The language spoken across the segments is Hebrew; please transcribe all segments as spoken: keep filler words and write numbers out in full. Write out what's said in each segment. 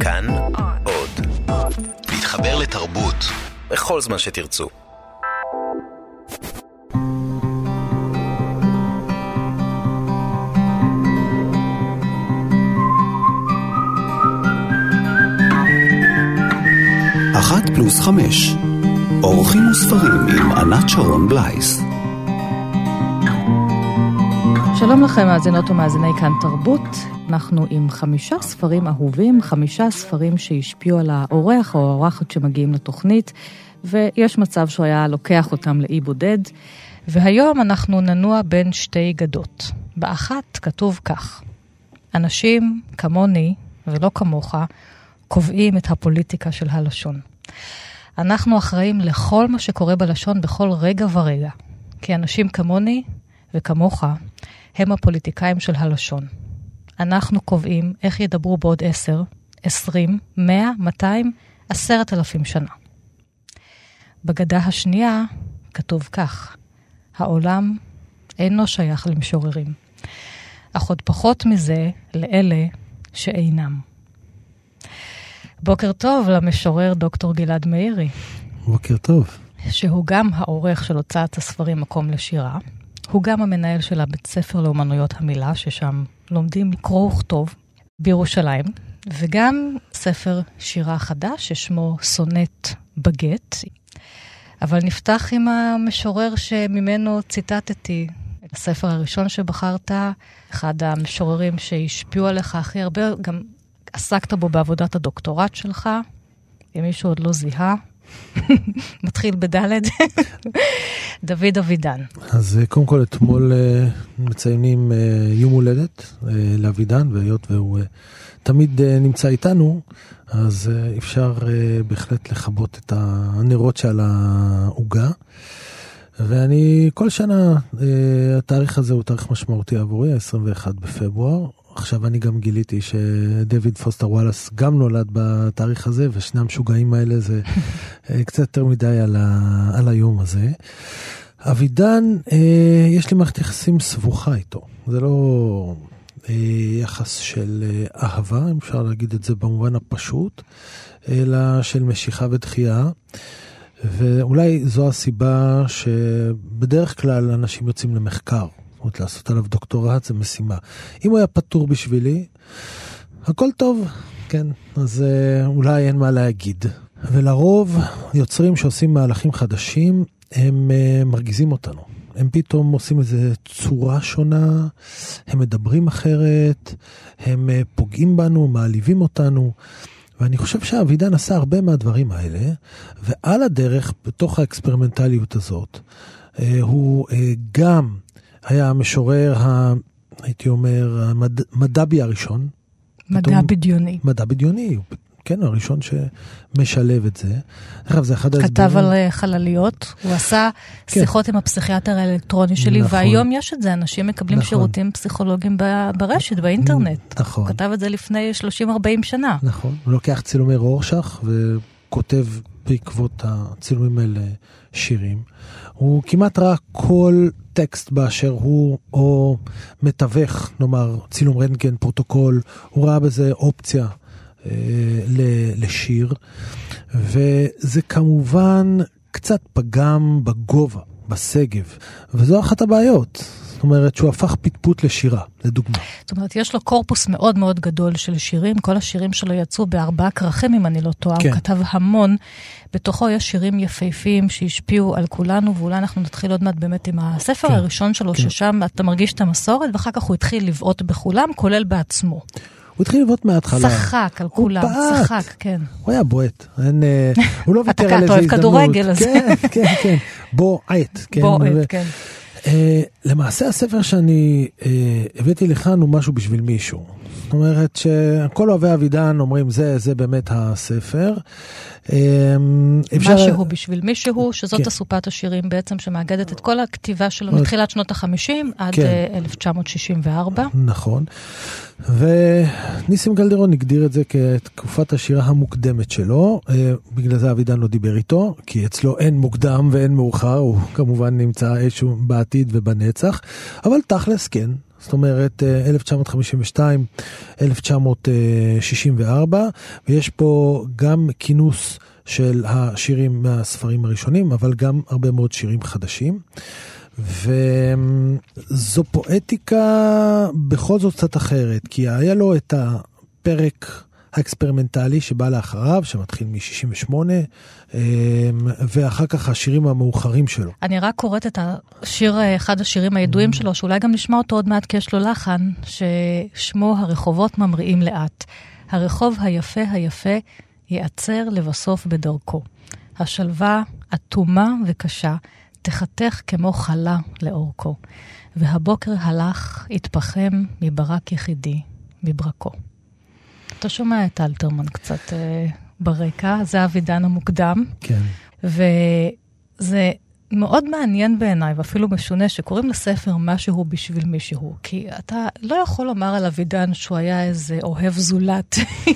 כאן עוד. להתחבר לתרבות בכל זמן שתרצו. אחת פלוס חמש. אורחים וספרים עם ענת שרון בלייס. שלום לכם מאזינות ומאזיני כאן תרבות. אנחנו עם חמישה ספרים אהובים, חמישה ספרים שהשפיעו על האורח או האורחת שמגיעים לתוכנית, ויש מצב שהוא היה לוקח אותם לאי בודד. והיום אנחנו ננוע בין שתי גדות. באחת כתוב כך: אנשים כמוני ולא כמוך קובעים את הפוליטיקה של הלשון. אנחנו אחראים לכל מה שקורה בלשון בכל רגע ורגע. כי אנשים כמוני וכמוך הם הפוליטיקאים של הלשון. אנחנו קובעים איך ידברו בעוד עשר, עשרים, מאה, מאתיים, עשרת אלפים שנה. בגדה השנייה כתוב כך: העולם אינו שייך למשוררים, אך עוד פחות מזה לאלה שאינם. בוקר טוב למשורר דוקטור גלעד מאירי. בוקר טוב. שהוא גם העורך של הוצאת הספרים מקום לשירה. הוא גם המנהל של הבית ספר לאומנויות המילה, ששם לומדים לקרוא וכתוב בירושלים. וגם ספר שירה חדש ששמו סונט בגט. אבל נפתח עם המשורר שממנו ציטטתי. הספר הראשון שבחרת, אחד המשוררים שהשפיעו עליך הכי הרבה, גם עסקת בו בעבודת הדוקטורט שלך, אם מישהו עוד לא זיהה, מתחיל בדלת, דוד אבידן. אז קודם כל אתמול מציינים יום הולדת לאבידן, והיות והוא תמיד נמצא איתנו, אז אפשר בהחלט לחבות את הנרות שעל העוגה, ואני כל שנה, התאריך הזה הוא תאריך משמעותי עבורי, ה-עשרים ואחד בפברואר, עכשיו אני גם גיליתי שדויד פוסטר וואלאס גם נולד בתאריך הזה, ושני המשוגעים האלה זה קצת יותר מדי על, ה, על היום הזה. אבידן, אה, יש לי מערכת יחסים סבוכה איתו. זה לא אה, יחס של אה, אהבה, אם אפשר להגיד את זה במובן הפשוט, אלא של משיכה ודחייה. ואולי זו הסיבה שבדרך כלל אנשים יוצאים למחקר. זאת אומרת, לעשות עליו דוקטורט זה משימה. אם הוא היה פטור בשבילי, הכל טוב, כן, אז אה, אולי אין מה להגיד. ולרוב, יוצרים שעושים מהלכים חדשים, הם אה, מרגיזים אותנו. הם פתאום עושים איזו צורה שונה, הם מדברים אחרת, הם אה, פוגעים בנו, מעליבים אותנו, ואני חושב שאבידן עשה הרבה מהדברים האלה, ועל הדרך, בתוך האקספרימנטליות הזאת, אה, הוא אה, גם היה המשורר, ה, הייתי אומר, המדבי הראשון. מדע פתאום, בדיוני. מדע בדיוני, כן, הראשון שמשלב את זה. עכשיו, זה אחד כתב ההסברים. על חלליות, הוא עשה כן. שיחות עם הפסיכיאטר האלקטרוני שלי, נכון. והיום יש את זה, אנשים מקבלים נכון. שירותים פסיכולוגיים ברשת, באינטרנט. נכון. הוא כתב את זה לפני שלושים ארבעים שנה. נכון, הוא לוקח צילומי רורשך, וכותב בעקבות הצילומים האלה שירים. הוא כמעט ראה כל טקסט באשר הוא, או מתווך, נאמר, צילום רנטגן, פרוטוקול, הוא ראה בזה אופציה אה, לשיר, וזה כמובן קצת פגם בגובה, בסגב, וזו אחת הבעיות. זאת אומרת שהוא הפך פטפוט לשירה, לדוגמה. זאת אומרת, יש לו קורפוס מאוד מאוד גדול של שירים, כל השירים שלו יצאו בארבעה כרכים, אם אני לא טועה, כן. הוא כתב המון, בתוכו יש שירים יפהפיים שהשפיעו על כולנו, ואולי אנחנו נתחיל עוד מעט באמת עם הספר כן. הראשון שלו, כן. ששם אתה מרגיש את המסורת, ואחר כך הוא התחיל לבעוט בכולם, כולל בעצמו. הוא התחיל לבעוט מההתחלה. צחק על כולם, צחק, כן. הוא היה בועט, הוא לא ויתר על איזה הזדמנות. אתה אוהב כדורגל, אז... כן, כן, כן. בועט, כן. בועט, כן. Uh, למעשה הספר שאני uh, הבאתי לכאן הוא משהו בשביל מישהו. זאת אומרת שכל אוהבי אבידן אומרים זה, זה באמת הספר. Uh, אפשר... משהו בשביל מישהו, שזאת כן. אסופת השירים בעצם שמאגדת את כל הכתיבה שלו מתחילת שנות החמישים עד כן. אלף תשע מאות שישים וארבע. נכון. וניסים גלדרון הגדיר את זה כתקופת השירה המוקדמת שלו, בגלל זה אבידן לא דיבר איתו, כי אצלו אין מוקדם ואין מאוחר, הוא כמובן נמצא איזשהו בעתיד ובנצח, אבל תכלס כן, זאת אומרת אלף תשע מאות חמישים ושתיים עד אלף תשע מאות שישים וארבע, ויש פה גם כינוס של השירים מהספרים הראשונים, אבל גם הרבה מאוד שירים חדשים. וזו פואטיקה בכל זאת קצת אחרת, כי היה לו את הפרק האקספרימנטלי שבא לאחריו, שמתחיל מ-שישים ושמונה, ואחר כך השירים המאוחרים שלו. אני רק קוראת את השיר, אחד השירים הידועים שלו, שאולי גם נשמע אותו עוד מעט, כי יש לו לחן, ששמו הרחובות ממריאים לאט. הרחוב היפה היפה יעצר לבסוף בדרכו. השלווה אטומה וקשה, תחתך כמו חלה לאורכו. והבוקר הלך, התפחם מברק יחידי, מברקו. אתה שומע את אלתרמן קצת אה, ברקע, זה אבידן המוקדם. כן. וזה מאוד מעניין בעיניי, ואפילו משונה, שקוראים לספר משהו בשביל מישהו. כי אתה לא יכול לומר על אבידן שהוא היה איזה אוהב זולת.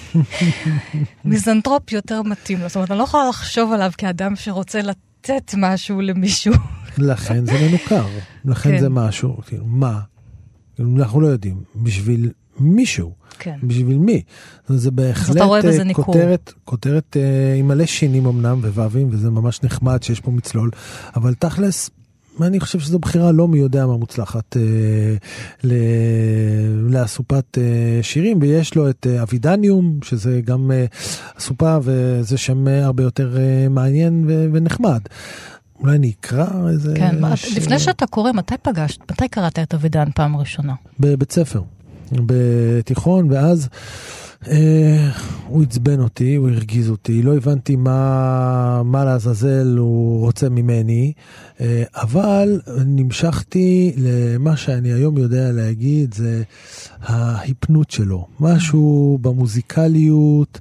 מיזנטרופ יותר מתאים. זאת אומרת, אני לא יכולה לחשוב עליו כאדם שרוצה לתת משהו למישהו. לכן זה מנוכר. לכן כן. זה משהו. מה? אנחנו לא יודעים. בשביל מישהו. כן. בשביל מי? זה בהחלט כותרת, כותרת אה, עם מלא שינים אמנם ובבים, וזה ממש נחמד שיש פה מצלול, אבל תכלס, אני חושב שזו בחירה לא מי יודע מה מוצלחת אה, ל... לאסופת אה, שירים, ויש לו את אה, אבידניום, שזה גם אה, אסופה, וזה שם אה, הרבה יותר אה, מעניין ו... ונחמד. אולי אני אקרא איזה... כן, ש... לפני שאתה קורא, מתי פגשת, מתי קראת את אבידן פעם ראשונה? בבית ספר. בתיכון, ואז אה, הוא הצבן אותי, הוא הרגיז אותי, לא הבנתי מה, מה לעזאזל הוא רוצה ממני, אה, אבל נמשכתי למה שאני היום יודע להגיד, זה ההיפנות שלו, משהו במוזיקליות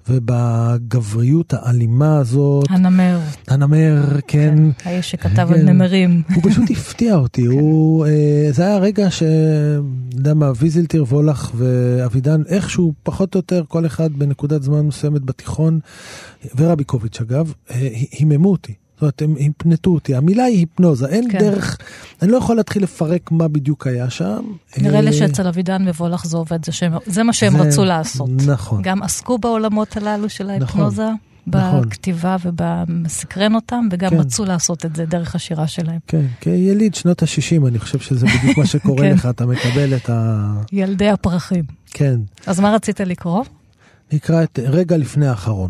ובגבריות האלימה הזאת. הנמר. הנמר, כן. כן, האיש שכתב כן. על נמרים. הוא פשוט הפתיע אותי, כן. הוא, אה, זה היה רגע ש... יודע מה, ויזלטיר, וולך ואבידן, איכשהו פחות או יותר, כל אחד בנקודת זמן מסוימת בתיכון, ורביקוביץ' אגב, היממו אותי. זאת אומרת, הם היפנטו אותי. המילה היא היפנוזה, אין כן. דרך, אני לא יכול להתחיל לפרק מה בדיוק היה שם. נראה לי שאצל אבידן ווולך זה עובד, זה, שהם, זה מה שהם זה, רצו לעשות. נכון. גם עסקו בעולמות הללו של ההיפנוזה. נכון. בכתיבה ובמסקרן אותם, וגם כן. מצאו לעשות את זה דרך השירה שלהם. כן, כיליד שנות ה-שישים, אני חושב שזה בדיוק מה שקורה כן. לך, אתה מקבל את ה... ילדי הפרחים. כן. אז מה רצית לקרוא? נקרא את רגע לפני האחרון.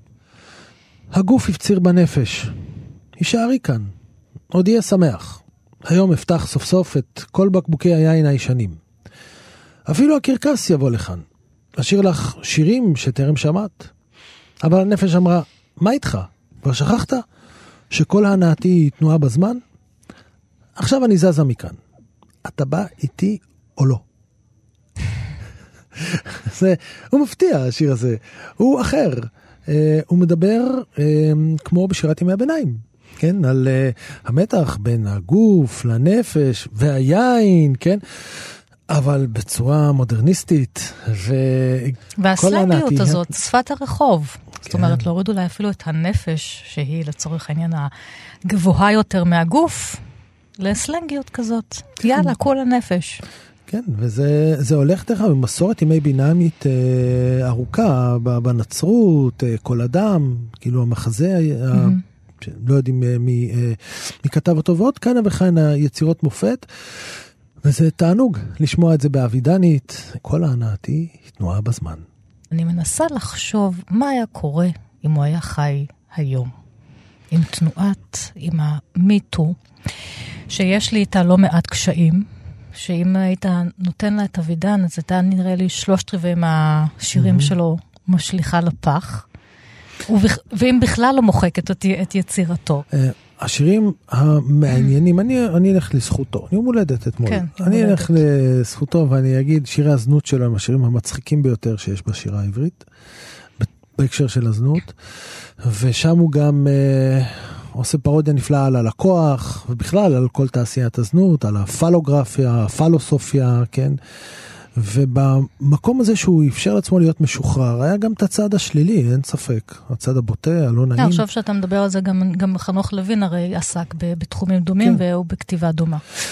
הגוף הפציר בנפש. יישארי כאן. עוד יהיה שמח. היום אפתח סוף סוף את כל בקבוקי היין הישנים. אפילו הקרקס יבוא לכאן. אשיר לך שירים שטרם שמעת. אבל הנפש אמרה, מה איתך? כבר שכחת? שכל ההנאתי היא תנועה בזמן? עכשיו אני זזה מכאן. אתה בא איתי או לא? זה, הוא מפתיע, השיר הזה. הוא אחר. Uh, הוא מדבר uh, כמו בשירת ימי הביניים. כן? על uh, המתח בין הגוף לנפש והיין, כן? אבל בצורה מודרניסטית, והסלנגיות הזאת, שפת הרחוב. זאת אומרת, להוריד אולי אפילו את הנפש, שהיא לצורך העניין הגבוהה יותר מהגוף, לסלנגיות כזאת. יאללה, כל הנפש. כן, וזה הולך דרך במסורת ימי בינמית ארוכה, בנצרות, כל אדם, כאילו המחזה, לא יודעים מי כתב אותו, ועוד כאן וכאן היצירות מופת, וזה תענוג לשמוע את זה באבידנית. כל ההנאתי היא תנועה בזמן. אני מנסה לחשוב מה היה קורה אם הוא היה חי היום. עם תנועת, עם המיטו, שיש לי איתה לא מעט קשיים, שאם היית נותן לה את אבידן, אז הייתה נראה לי שלושת רבעי מהשירים mm-hmm. שלו משליחה לפח, ובכ... ואם בכלל לא מוחקת אותי את יצירתו. Uh, השירים המעניינים, אני, אני אלך לזכותו, אני מולדת אתמול, כן, אני מולדת. אלך לזכותו ואני אגיד, שירי הזנות שלו הם השירים המצחיקים ביותר שיש בשירה העברית, בהקשר של הזנות, ושם הוא גם uh, עושה פרודיה נפלאה על הלקוח, ובכלל על כל תעשיית הזנות, על הפלוגרפיה, הפלוסופיה, כן, ובמקום הזה שהוא אפשר לעצמו להיות משוחרר, היה גם את הצד השלילי, אין ספק. הצד הבוטה, הלא נעים. אני חושב שאתה מדבר על זה, גם, גם חנוך לוין הרי עסק בתחומים דומים, כן. והוא בכתיבה דומה.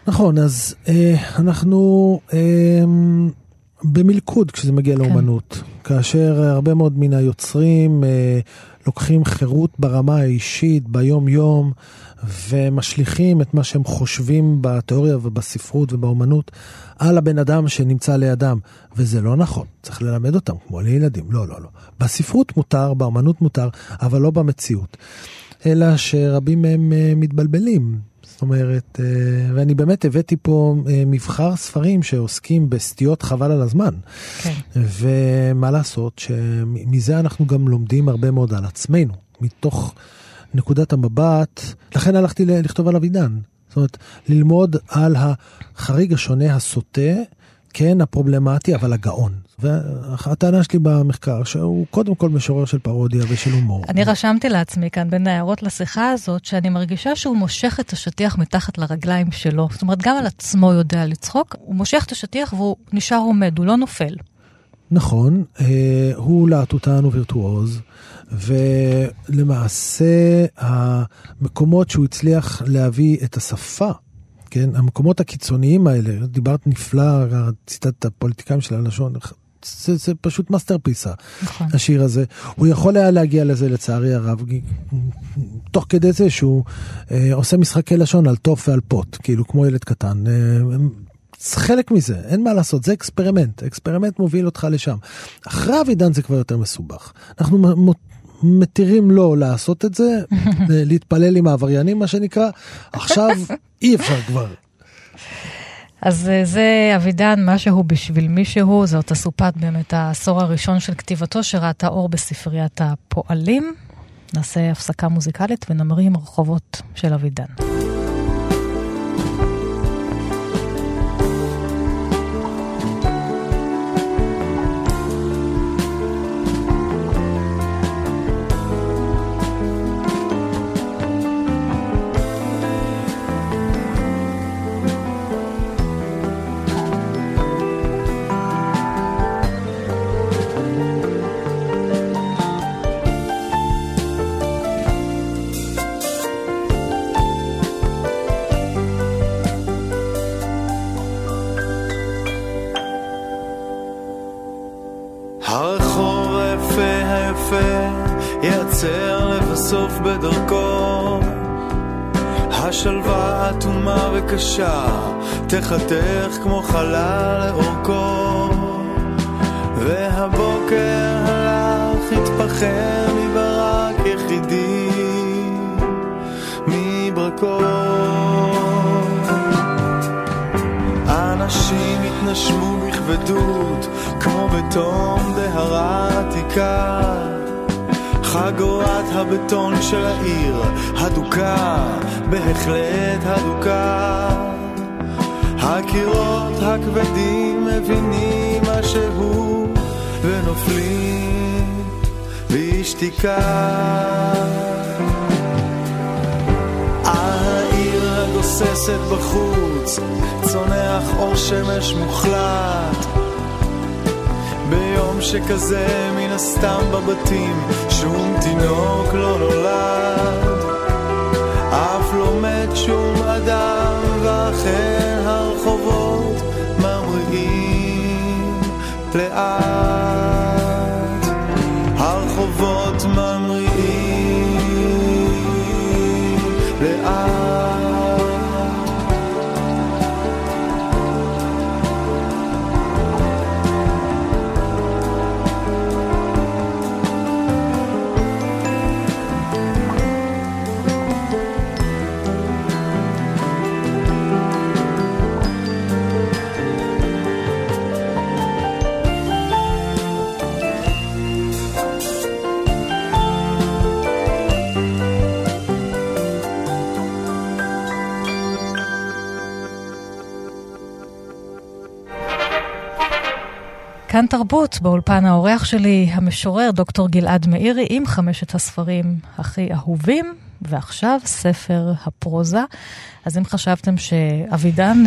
נכון, אז אה, אנחנו אה, במלכוד כשזה מגיע כן. לאומנות, כאשר הרבה מאוד מן היוצרים אה, לוקחים חירות ברמה האישית, ביום יום, ומשליכים את מה שהם חושבים בתיאוריה ובספרות ובאומנות על הבן אדם שנמצא לידם, וזה לא נכון, צריך ללמד אותם כמו לילדים, לא, לא, לא. בספרות מותר, באומנות מותר, אבל לא במציאות, אלא שרבים מהם מתבלבלים, זאת אומרת, ואני באמת הבאתי פה מבחר ספרים שעוסקים בסטיות חבל על הזמן, כן. ומה לעשות שמזה אנחנו גם לומדים הרבה מאוד על עצמנו, מתוך נקודת המבט, לכן הלכתי לכתוב על אבידן, זאת אומרת, ללמוד על החריג השונה הסוטה, כן, הפרובלמטי, אבל הגאון. והטענה שלי במחקר, שהוא קודם כל משורר של פרודיה ושל הומור. אני רשמתי לעצמי כאן בין ההערות לשיחה הזאת, שאני מרגישה שהוא מושך את השטיח מתחת לרגליים שלו. זאת אומרת, גם על עצמו יודע לצחוק, הוא מושך את השטיח והוא נשאר עומד, הוא לא נופל. נכון, הוא להטוטן ווירטואוז, ולמעשה המקומות שהוא הצליח להביא את השפה, כן, המקומות הקיצוניים האלה, דיברת נפלא, ציטטת הפוליטיקאים של הלשון, זה, זה פשוט מאסטרפיסה, נכון. השיר הזה. הוא יכול היה להגיע לזה לצערי הרב, תוך כדי זה שהוא אה, עושה משחקי לשון על טוף ועל פוט, כאילו כמו ילד קטן. אה, חלק מזה, אין מה לעשות, זה אקספרימנט, אקספרימנט מוביל אותך לשם. אחרי אבידן זה כבר יותר מסובך. אנחנו מתירים לו לעשות את זה, להתפלל עם העבריינים, מה שנקרא, עכשיו אי אפשר כבר. אז זה אבידן, משהו בשביל מישהו, זאת הסופת באמת העשור הראשון של כתיבתו, שראתה אור בספריית הפועלים. נעשה הפסקה מוזיקלית ונמריא עם הרחובות של אבידן. בדרכו השלווה אטומה וקשה תחתך כמו חלל לאורכו והבוקר הלך התפחם מברק יחידי מברקו אנשים התנשמו בכבדות כמו בתום דהרה עתיקה חגורת הבטון של העיר הדוקה, בהחלט הדוקה הקירות הכבדים מבינים משהו ונופלים בשתיקה העיר הגוססת בחוץ צונח אור שמש מוחלט ביום שכזה מן הסתם בבתים שום תינוק לא נולד אף לא מת שום אדם ואכן הרחובות ממריאים לאט הרחובות ממריאים לאט כאן תרבות, באולפן האורח שלי, המשורר דוקטור גלעד מאירי, עם חמשת הספרים הכי אהובים, ועכשיו ספר הפרוזה. אז אם חשבתם שאבידן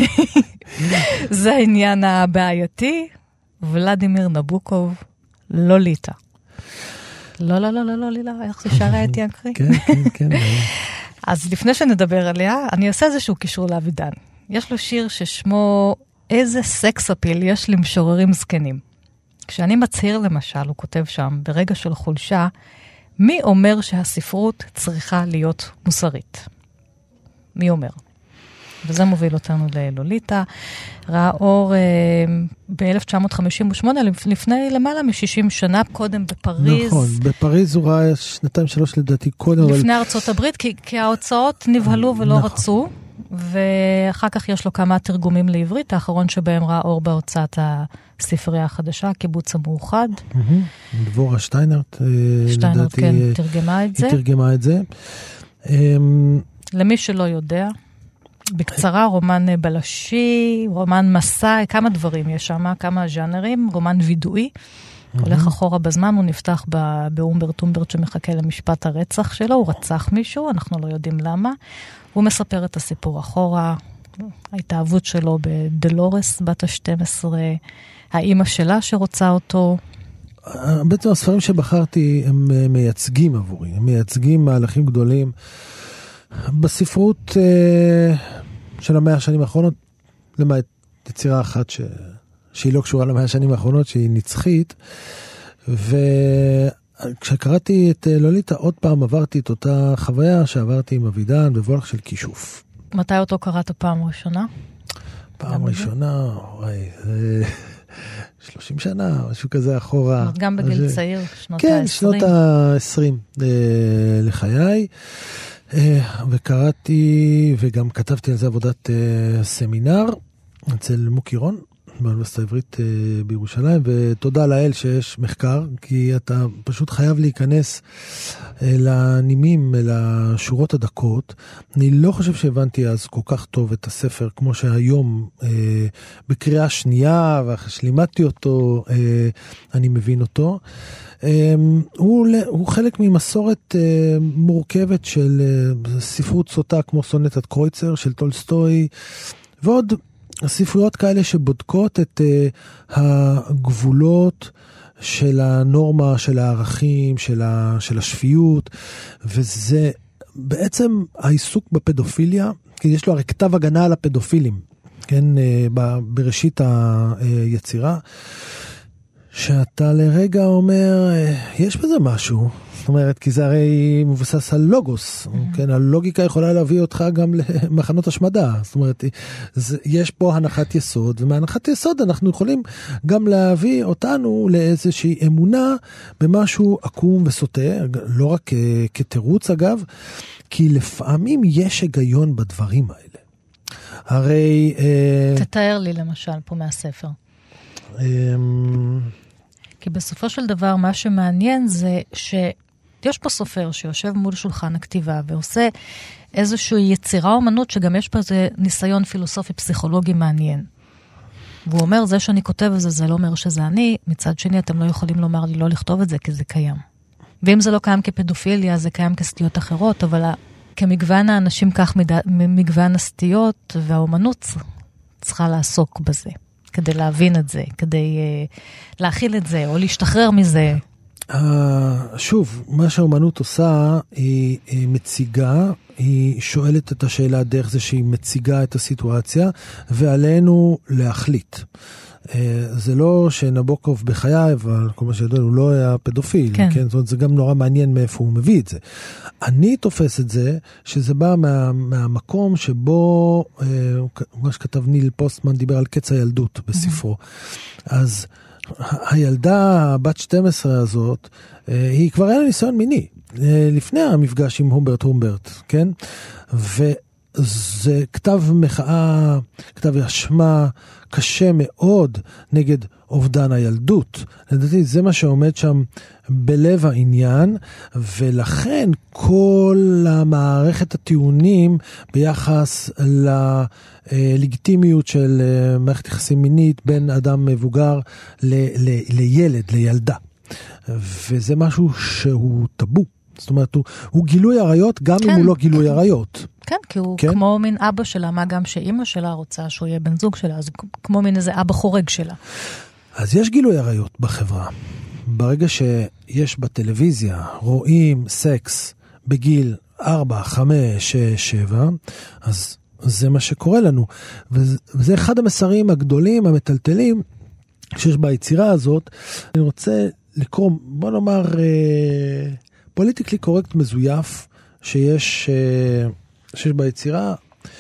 זה העניין הבעייתי, ולדימיר נבוקוב, לוליטה. לא, לא, לא, לא, לא, לא, איך זה שרה את ינקרי? כן, כן, כן. אז לפני שנדבר עליה, אני אעשה איזשהו קישור לאבידן. יש לו שיר ששמו איזה סקס אפיל יש למשוררים זקנים. כשאני מצהיר למשל, הוא כותב שם, ברגע של חולשה, מי אומר שהספרות צריכה להיות מוסרית? מי אומר? וזה מוביל אותנו ללוליטה. ראה אור אה, ב-אלף תשע מאות חמישים ושמונה, לפני למעלה מ-שישים שנה, קודם בפריז. נכון, בפריז הוא ראה שנתיים שלוש לדעתי קודם. לפני אבל... ארצות הברית, כי, כי ההוצאות נבהלו ולא נכון. רצו, ואחר כך יש לו כמה תרגומים לעברית, האחרון שבהם ראה אור בהוצאת הספרייה החדשה, קיבוץ המאוחד. Mm-hmm. דבורה שטיינרט, שטיינרט, לדעתי, כן, תרגמה את זה. היא תרגמה את זה. למי שלא יודע, בקצרה, רומן בלשי, רומן מסע, כמה דברים יש שם, כמה ז'אנרים, רומן וידואי, הולך אחורה בזמן, הוא נפתח באומברט אומברט שמחכה למשפט הרצח שלו, הוא רצח מישהו, אנחנו לא יודעים למה, הוא מספר את הסיפור אחורה, ההתאהבות שלו בדלורס, בת ה-שתים עשרה, האימא שלה שרוצה אותו. בעצם הספרים שבחרתי הם מייצגים עבורי, הם מייצגים מהלכים גדולים, בספרות uh, של המאה השנים האחרונות, למעט יצירה אחת ש... שהיא לא קשורה למאה השנים האחרונות, שהיא נצחית, וכשקראתי את לוליטה, עוד פעם עברתי את אותה חוויה שעברתי עם אבידן בוולך של כישוף. מתי אותו קראת פעם ראשונה? פעם ראשונה, וואי, זה שלושים שנה, משהו כזה אחורה. גם בגיל ש... צעיר, שנות כן, ה-עשרים. שנות ה-עשרים uh, לחיי. וקראתי וגם כתבתי על זה עבודת סמינר אצל מוקי רון באוניברסיטה העברית בירושלים, ותודה לאל שיש מחקר, כי אתה פשוט חייב להיכנס לנימים, לשורות הדקות. אני לא חושב שהבנתי אז כל כך טוב את הספר כמו שהיום בקריאה שנייה, ואחרי שלימדתי אותו אני מבין אותו. הוא, הוא חלק ממסורת מורכבת של ספרות סוטה כמו סונטת קרויצר של טולסטוי, ועוד ספרויות כאלה שבודקות את הגבולות של הנורמה, של הערכים, של, ה, של השפיות, וזה בעצם העיסוק בפדופיליה, כי יש לו הרי כתב הגנה על הפדופילים, כן, בראשית היצירה, שאתה לרגע אומר, יש בזה משהו, זאת אומרת, כי זה הרי מבוסס על לוגוס, mm-hmm. כן, הלוגיקה יכולה להביא אותך גם למחנות השמדה, זאת אומרת, זה, יש פה הנחת יסוד, ומהנחת יסוד אנחנו יכולים גם להביא אותנו לאיזושהי אמונה במשהו עקום וסוטה, לא רק כ- כתירוץ אגב, כי לפעמים יש היגיון בדברים האלה. הרי... תתאר לי למשל פה מהספר. כי בסופו של דבר מה שמעניין זה שיש פה סופר שיושב מול שולחן הכתיבה ועושה איזושהי יצירה אומנות שגם יש פה איזה ניסיון פילוסופי פסיכולוגי מעניין. והוא אומר, זה שאני כותב את זה, זה לא אומר שזה אני, מצד שני אתם לא יכולים לומר לי לא לכתוב את זה כי זה קיים. ואם זה לא קיים כפדופיליה, זה קיים כסטיות אחרות, אבל כמגוון האנשים כך מגוון הסטיות, והאומנות צריכה לעסוק בזה. כדי להבין את זה, כדי uh, להכיל את זה, או להשתחרר מזה. Uh, שוב, מה שהאומנות עושה, היא, היא מציגה, היא שואלת את השאלה דרך זה שהיא מציגה את הסיטואציה, ועלינו להחליט. Uh, זה לא שנבוקוב בחיי, אבל כל מה שידוע, הוא לא היה פדופיל, כן. כן? זאת אומרת, זה גם נורא מעניין מאיפה הוא מביא את זה. אני תופס את זה, שזה בא מה, מהמקום שבו, uh, מה שכתב ניל פוסטמן, דיבר על קץ הילדות בספרו. Mm-hmm. אז הילדה, בת שתים עשרה הזאת, uh, היא כבר היה ניסיון מיני, uh, לפני המפגש עם הומברט הומברט, כן? ו... זה כתב מחאה, כתב אשמה קשה מאוד נגד אובדן הילדות. לדעתי זה מה שעומד שם בלב העניין, ולכן כל המערכת הטיעונים ביחס ללגיטימיות של מערכת יחסים מינית בין אדם מבוגר ל- ל- לילד, לילדה. וזה משהו שהוא טבו. זאת אומרת, הוא, הוא גילוי עריות גם כן. אם הוא לא גילוי עריות. כן, כי הוא כן? כמו מין אבא שלה, מה גם שאימא שלה רוצה שהוא יהיה בן זוג שלה, אז כמו מין איזה אבא חורג שלה. אז יש גילוי עריות בחברה. ברגע שיש בטלוויזיה, רואים סקס בגיל ארבע, חמש, שש, שבע, אז זה מה שקורה לנו. וזה, וזה אחד המסרים הגדולים, המטלטלים, שיש ביצירה הזאת. אני רוצה לקרוא, בוא נאמר, פוליטיקלי קורקט מזויף, שיש, שיש ביצירה.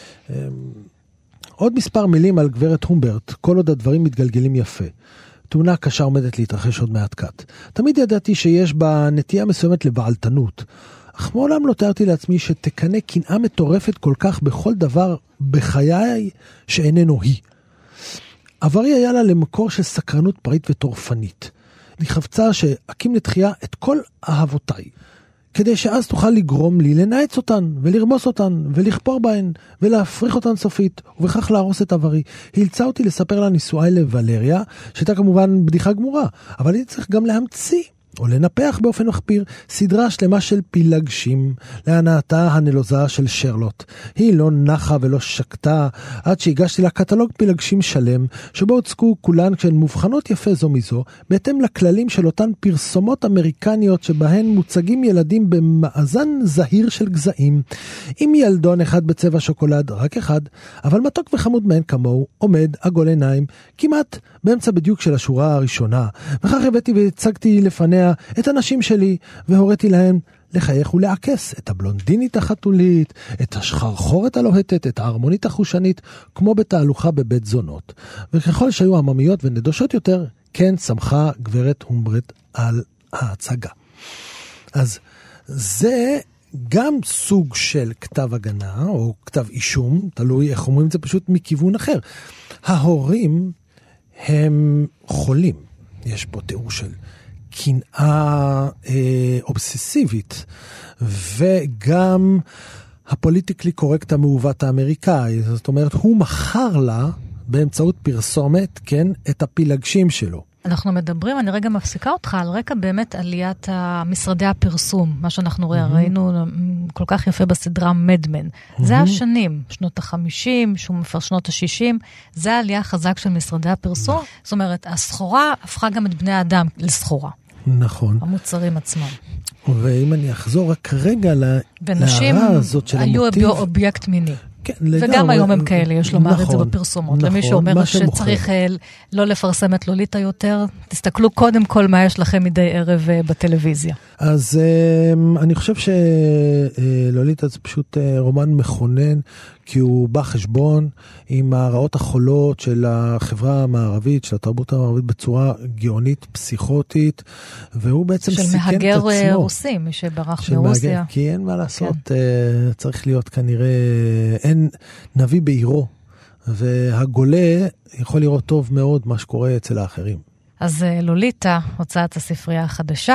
עוד מספר מילים על גברת הומברט, כל עוד הדברים מתגלגלים יפה. תאונה קשה עומדת להתרחש עוד מעט קט. תמיד ידעתי שיש בה נטייה מסוימת לבעלתנות, אך מעולם לא תיארתי לעצמי שתקנה קנאה מטורפת כל כך בכל דבר בחיי שאיננו היא. עברי היה לה למקור של סקרנות פראית וטורפנית. היא חפצה שאקים לתחייה את כל אהבותיי, כדי שאז תוכל לגרום לי לנעץ אותן, ולרמוס אותן, ולכפור בהן, ולהפריך אותן סופית, ובכך להרוס את עברי. היא הלצה אותי לספר לה נישואי לוולריה, שהייתה כמובן בדיחה גמורה, אבל היא צריך גם להמציא, או לנפח באופן מחפיר, סדרה שלמה של פילגשים, להנאתה הנלוזה של שרלוט. היא לא נחה ולא שקטה, עד שהגשתי לה קטלוג פילגשים שלם, שבו הוצגו כולן כשהן מובחנות יפה זו מזו, בהתאם לכללים של אותן פרסומות אמריקניות, שבהן מוצגים ילדים במאזן זהיר של גזעים, עם ילדון אחד בצבע שוקולד, רק אחד, אבל מתוק וחמוד מהן כמוהו, עומד, עגול עיניים, כמעט באמצע בדיוק של השורה הראשונה, וכך הבאתי והצגתי לפניה את הנשים שלי, והוריתי להם לחייך ולעקס את הבלונדינית החתולית, את השחרחורת הלוהטת, את ההרמונית החושנית, כמו בתהלוכה בבית זונות. וככל שהיו עממיות ונדושות יותר, כן שמחה גברת הומברט על ההצגה. אז זה גם סוג של כתב הגנה, או כתב אישום, תלוי איך אומרים את זה פשוט מכיוון אחר. ההורים הם חולים. יש פה תיאור של קנאה אה, אובססיבית, וגם הפוליטיקלי קורקט המעוות האמריקאי. זאת אומרת, הוא מכר לה באמצעות פרסומת, כן, את הפילגשים שלו. אנחנו מדברים, אני רגע מפסיקה אותך, על רקע באמת עליית משרדי הפרסום, מה שאנחנו mm-hmm. ראינו כל כך יפה בסדרה מדמן. Mm-hmm. זה השנים, שנות ה-חמישים, שנות ה-שישים, זה העלייה חזק של משרדי הפרסום. Mm-hmm. זאת אומרת, הסחורה הפכה גם את בני האדם לסחורה. נכון. המוצרים עצמם. ואם אני אחזור רק רגע להערה הזאת של המוטיב. ונשים היו אובייקט מיני. כן, וגם היום הם כאלה, יש לומר נכון, את זה בפרסומות. נכון, למי שאומר שצריך לא לפרסם את לוליטה יותר, תסתכלו קודם כל מה יש לכם מדי ערב בטלוויזיה. אז אני חושב שלוליטה זה פשוט רומן מכונן, כי הוא בא חשבון עם הרעות החולות של החברה המערבית, של התרבות המערבית בצורה גאונית, פסיכוטית, והוא בעצם סיכן את עצמו. של מהגר רוסי, מי שברח מרוסיה. כי אין מה לעשות, כן. צריך להיות כנראה, אין נביא בעירו, והגולה יכול לראות טוב מאוד מה שקורה אצל האחרים. אז לוליטה, הוצאת הספרייה החדשה.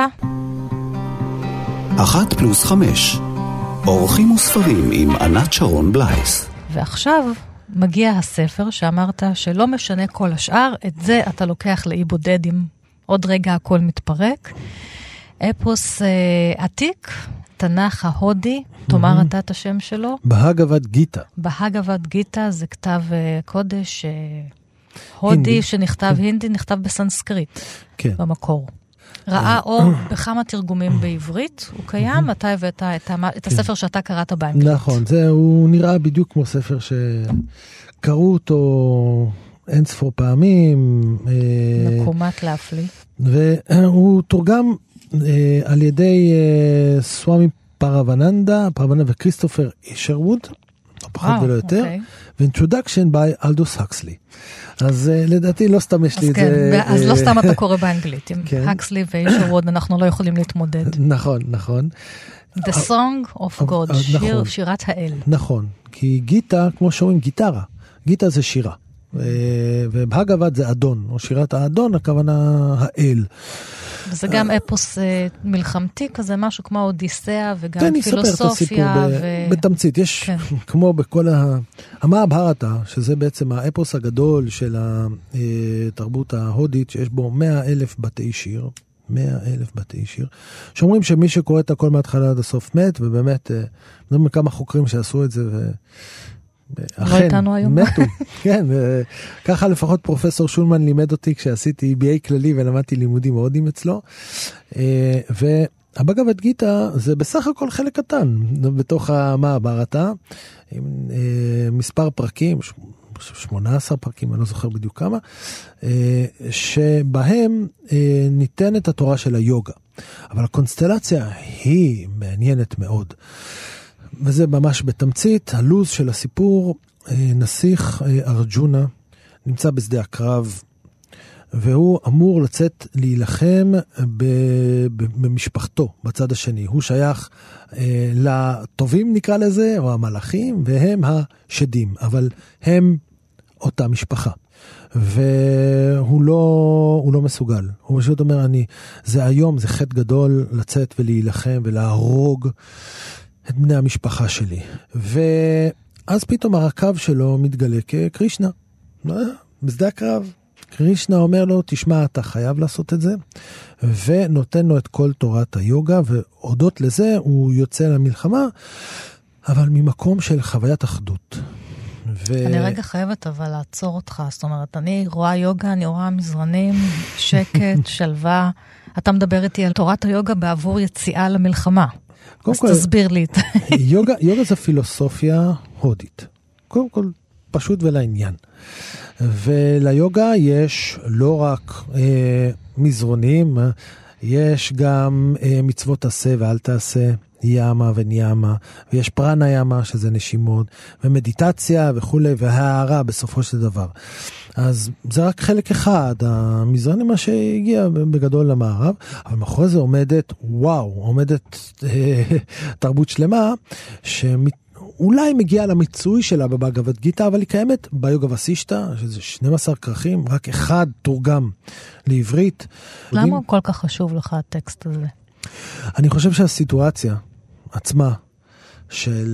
אחת פלוס חמש. אורחים וספרים עם ענת שרון בלייס. ועכשיו מגיע הספר שאמרת שלא משנה כל השאר, את זה אתה לוקח לאי בודד עם עוד רגע הכל מתפרק. אפוס אה, עתיק, תנ"ך ההודי, תאמר אתה את השם שלו. בהגבד גיטה. בהגבד גיטה זה כתב אה, קודש אה, הודי הינדי. שנכתב כן. הינדי, נכתב בסנסקריט כן. במקור. ראה אור בכמה תרגומים בעברית, הוא קיים, אתה הבאת את הספר שאתה קראת באנגלית. נכון, הוא נראה בדיוק כמו ספר שקראו אותו אין ספור פעמים. מקומת להפליא. והוא תורגם על ידי סוואמי פרווננדה, פרווננדה וכריסטופר אישרווד, לא פחות ולא יותר, ו-Introduction by Aldous Huxley. אז לדעתי לא סתם יש לי את זה. אז לא סתם אתה קורא באנגלית. עם Huxley ואישרווד אנחנו לא יכולים להתמודד. נכון, נכון. The Song of God, שירת האל. נכון, כי גיטה, כמו שאומרים, גיטרה. גיטה זה שירה. ובהגבד זה אדון, או שירת האדון, הכוונה האל. וזה גם אפוס מלחמתי כזה, משהו כמו אודיסאה, וגם פילוסופיה. בתמצית, יש כמו בכל המהבהרתה, שזה בעצם האפוס הגדול של התרבות ההודית, שיש בו מאה אלף בתי שיר, מאה אלף בתי שיר, שאומרים שמי שקורא את הכל מההתחלה עד הסוף מת, ובאמת, מדברים כמה חוקרים שעשו את זה, ו... לא איתנו היום. מתו, כן, ככה לפחות פרופסור שולמן לימד אותי כשעשיתי בי איי כללי ולמדתי לימודים הודים אצלו, הבגבד גיטה זה בסך הכל חלק קטן בתוך המהברתה, עם אה, מספר פרקים, שמונה עשר פרקים, אני לא זוכר בדיוק כמה, אה, שבהם אה, ניתנת התורה של היוגה. אבל הקונסטלציה היא מעניינת מאוד. וזה ממש בתמצית, הלוז של הסיפור, אה, נסיך אה, ארג'ונה נמצא בשדה הקרב, והוא אמור לצאת להילחם במשפחתו, בצד השני. הוא שייך אה, לטובים נקרא לזה, או המלאכים, והם השדים, אבל הם אותה משפחה. והוא לא, הוא לא מסוגל. הוא פשוט אומר, אני, זה היום, זה חטא גדול לצאת ולהילחם ולהרוג את בני המשפחה שלי. ואז פתאום הרכב שלו מתגלה כקרישנה. בשדה הקרב. קרישנה אומר לו, תשמע, אתה חייב לעשות את זה, ונותן לו את כל תורת היוגה, והודות לזה הוא יוצא למלחמה, אבל ממקום של חוויית אחדות. ו... אני רגע חייבת אבל לעצור אותך, זאת אומרת, אני רואה יוגה, אני רואה מזרנים, שקט, שלווה, אתה מדבר איתי על תורת היוגה בעבור יציאה למלחמה, אז כל... תסביר לי את זה. יוגה, יוגה זה פילוסופיה הודית, קודם כל פשוט ולעניין. וליוגה יש לא רק אה, מזרונים, יש גם אה, מצוות עשה ואל תעשה, ימה וניימה, ויש פרנה ימה שזה נשימות, ומדיטציה וכו', והערה בסופו של דבר. אז זה רק חלק אחד, המזרנים מה שהגיע בגדול למערב, אבל מאחורי זה עומדת, וואו, עומדת אה, תרבות שלמה, שמת... אולי מגיעה למיצוי שלה בבגבד גיטה, אבל היא קיימת ביוגה וסישטה, שזה שנים עשר כרכים, רק אחד תורגם לעברית. למה יודעים? הוא כל כך חשוב לך הטקסט הזה? אני חושב שהסיטואציה עצמה של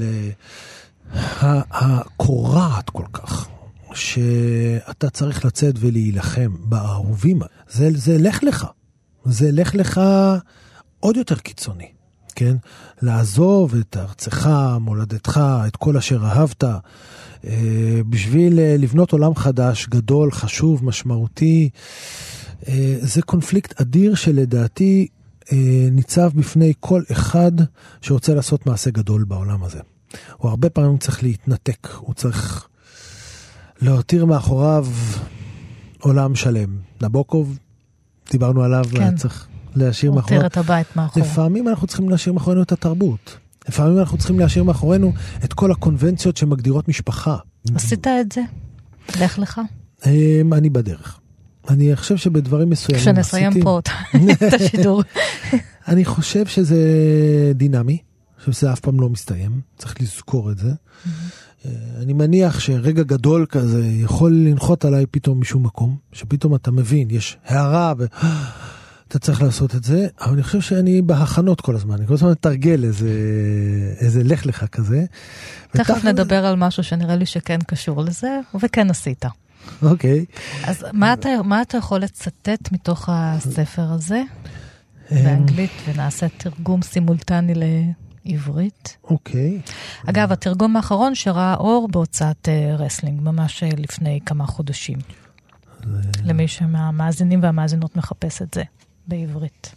הקורעת כל כך, שאתה צריך לצאת ולהילחם באהובים, זה, זה לך לך. זה לך לך עוד יותר קיצוני. כן? לעזוב את ארצך, מולדתך, את כל אשר אהבת, בשביל לבנות עולם חדש, גדול, חשוב, משמעותי. זה קונפליקט אדיר שלדעתי ניצב בפני כל אחד שרוצה לעשות מעשה גדול בעולם הזה. הוא הרבה פעמים צריך להתנתק, הוא צריך להותיר מאחוריו עולם שלם. נבוקוב, דיברנו עליו, כן. צריך... להשאיר מאחורינו. את הבית מאחורינו. לפעמים אנחנו צריכים להשאיר מאחורינו את התרבות. לפעמים אנחנו צריכים להשאיר מאחורינו את כל הקונבנציות שמגדירות משפחה. עשית את זה? לך לך? אני בדרך. אני חושב שבדברים מסוימים... כשנסיים פה את השידור. אני חושב שזה דינמי, שזה אף פעם לא מסתיים. צריך לזכור את זה. אני מניח שרגע גדול כזה יכול לנחות עליי פתאום משום מקום, שפתאום אתה מבין, יש הערה ו... אתה צריך לעשות את זה, אבל אני חושב שאני בהכנות כל הזמן, אני כל הזמן מתרגל איזה, איזה לך לך כזה. תכף ותח... נדבר על משהו שנראה לי שכן קשור לזה, וכן עשית. אוקיי. אז מה אתה, מה אתה יכול לצטט מתוך הספר הזה, באנגלית, ונעשה תרגום סימולטני לעברית? אוקיי. אגב, התרגום האחרון שראה אור בהוצאת רסלינג, ממש לפני כמה חודשים. למי שמאזינים והמאזינות מחפש את זה. בעברית.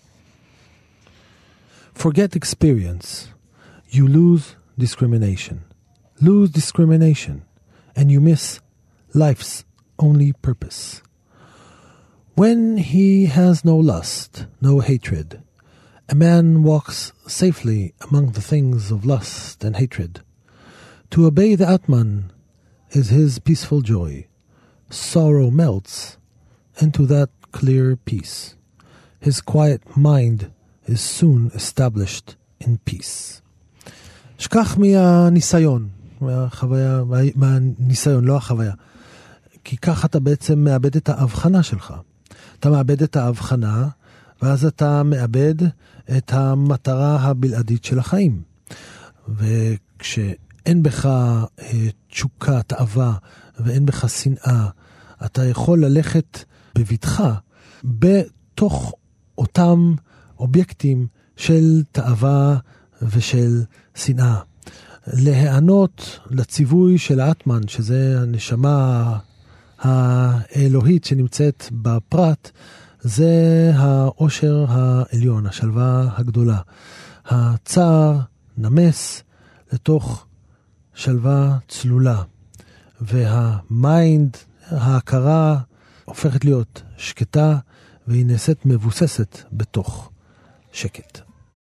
Forget experience. You lose discrimination. Lose discrimination. And you miss life's only purpose. When he has no lust, no hatred, a man walks safely among the things of lust and hatred. To obey the Atman is his peaceful joy. Sorrow melts into that clear peace. His quiet mind is soon established in peace. שכח מהניסיון, מהחוויה, מהניסיון, לא החוויה. כי ככה אתה בעצם מאבד את ההבחנה שלך. אתה מאבד את ההבחנה, ואז אתה מאבד את המטרה הבלעדית של החיים. וכשאין בך תשוקה, תאווה, ואין בך שנאה, אתה יכול ללכת בבטחה בתוך אותם אובייקטים של תאווה ושל שנאה. להיענות לציווי של האטמן, שזה הנשמה האלוהית שנמצאת בפרט, זה העושר העליון, השלווה הגדולה. הצער נמס לתוך שלווה צלולה, והמיינד, ההכרה, הופכת להיות שקטה, והיא נעשית מבוססת בתוך שקט.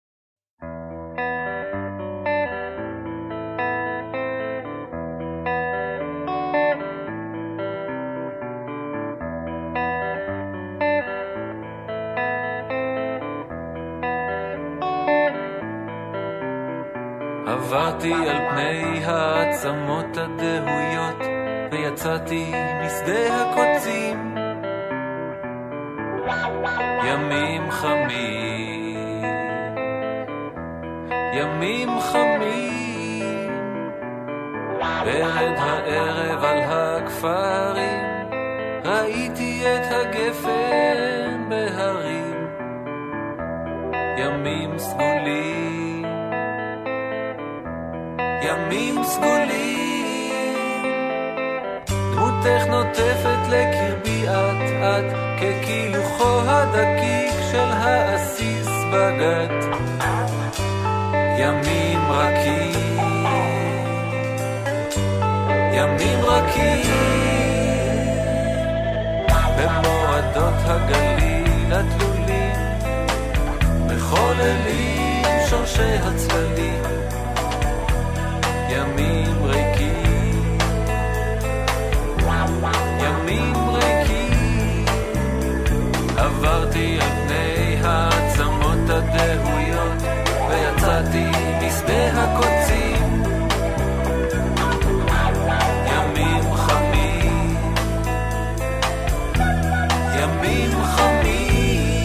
עברתי על פני העצמות הדהויות ויצאתי משדה הקוצים, ימים חמים, ימים חמים, ברד הערב על הכפרים ראיתי את הגפן בהרים, ימים סגולים, ימים סגולים, דמותך נוטפת לקרבי את את כקילוחו הדקיק של האסיס בגת, ימים רכים, ימים רכים, במועדות הגליל התלולים מחוללים שורשי הצללים, ימים ריקים, ימים ריקים, עברתי על פני העצמות הדהויות ויצאתי משדה הקוצים, ימים חמים, ימים חמים,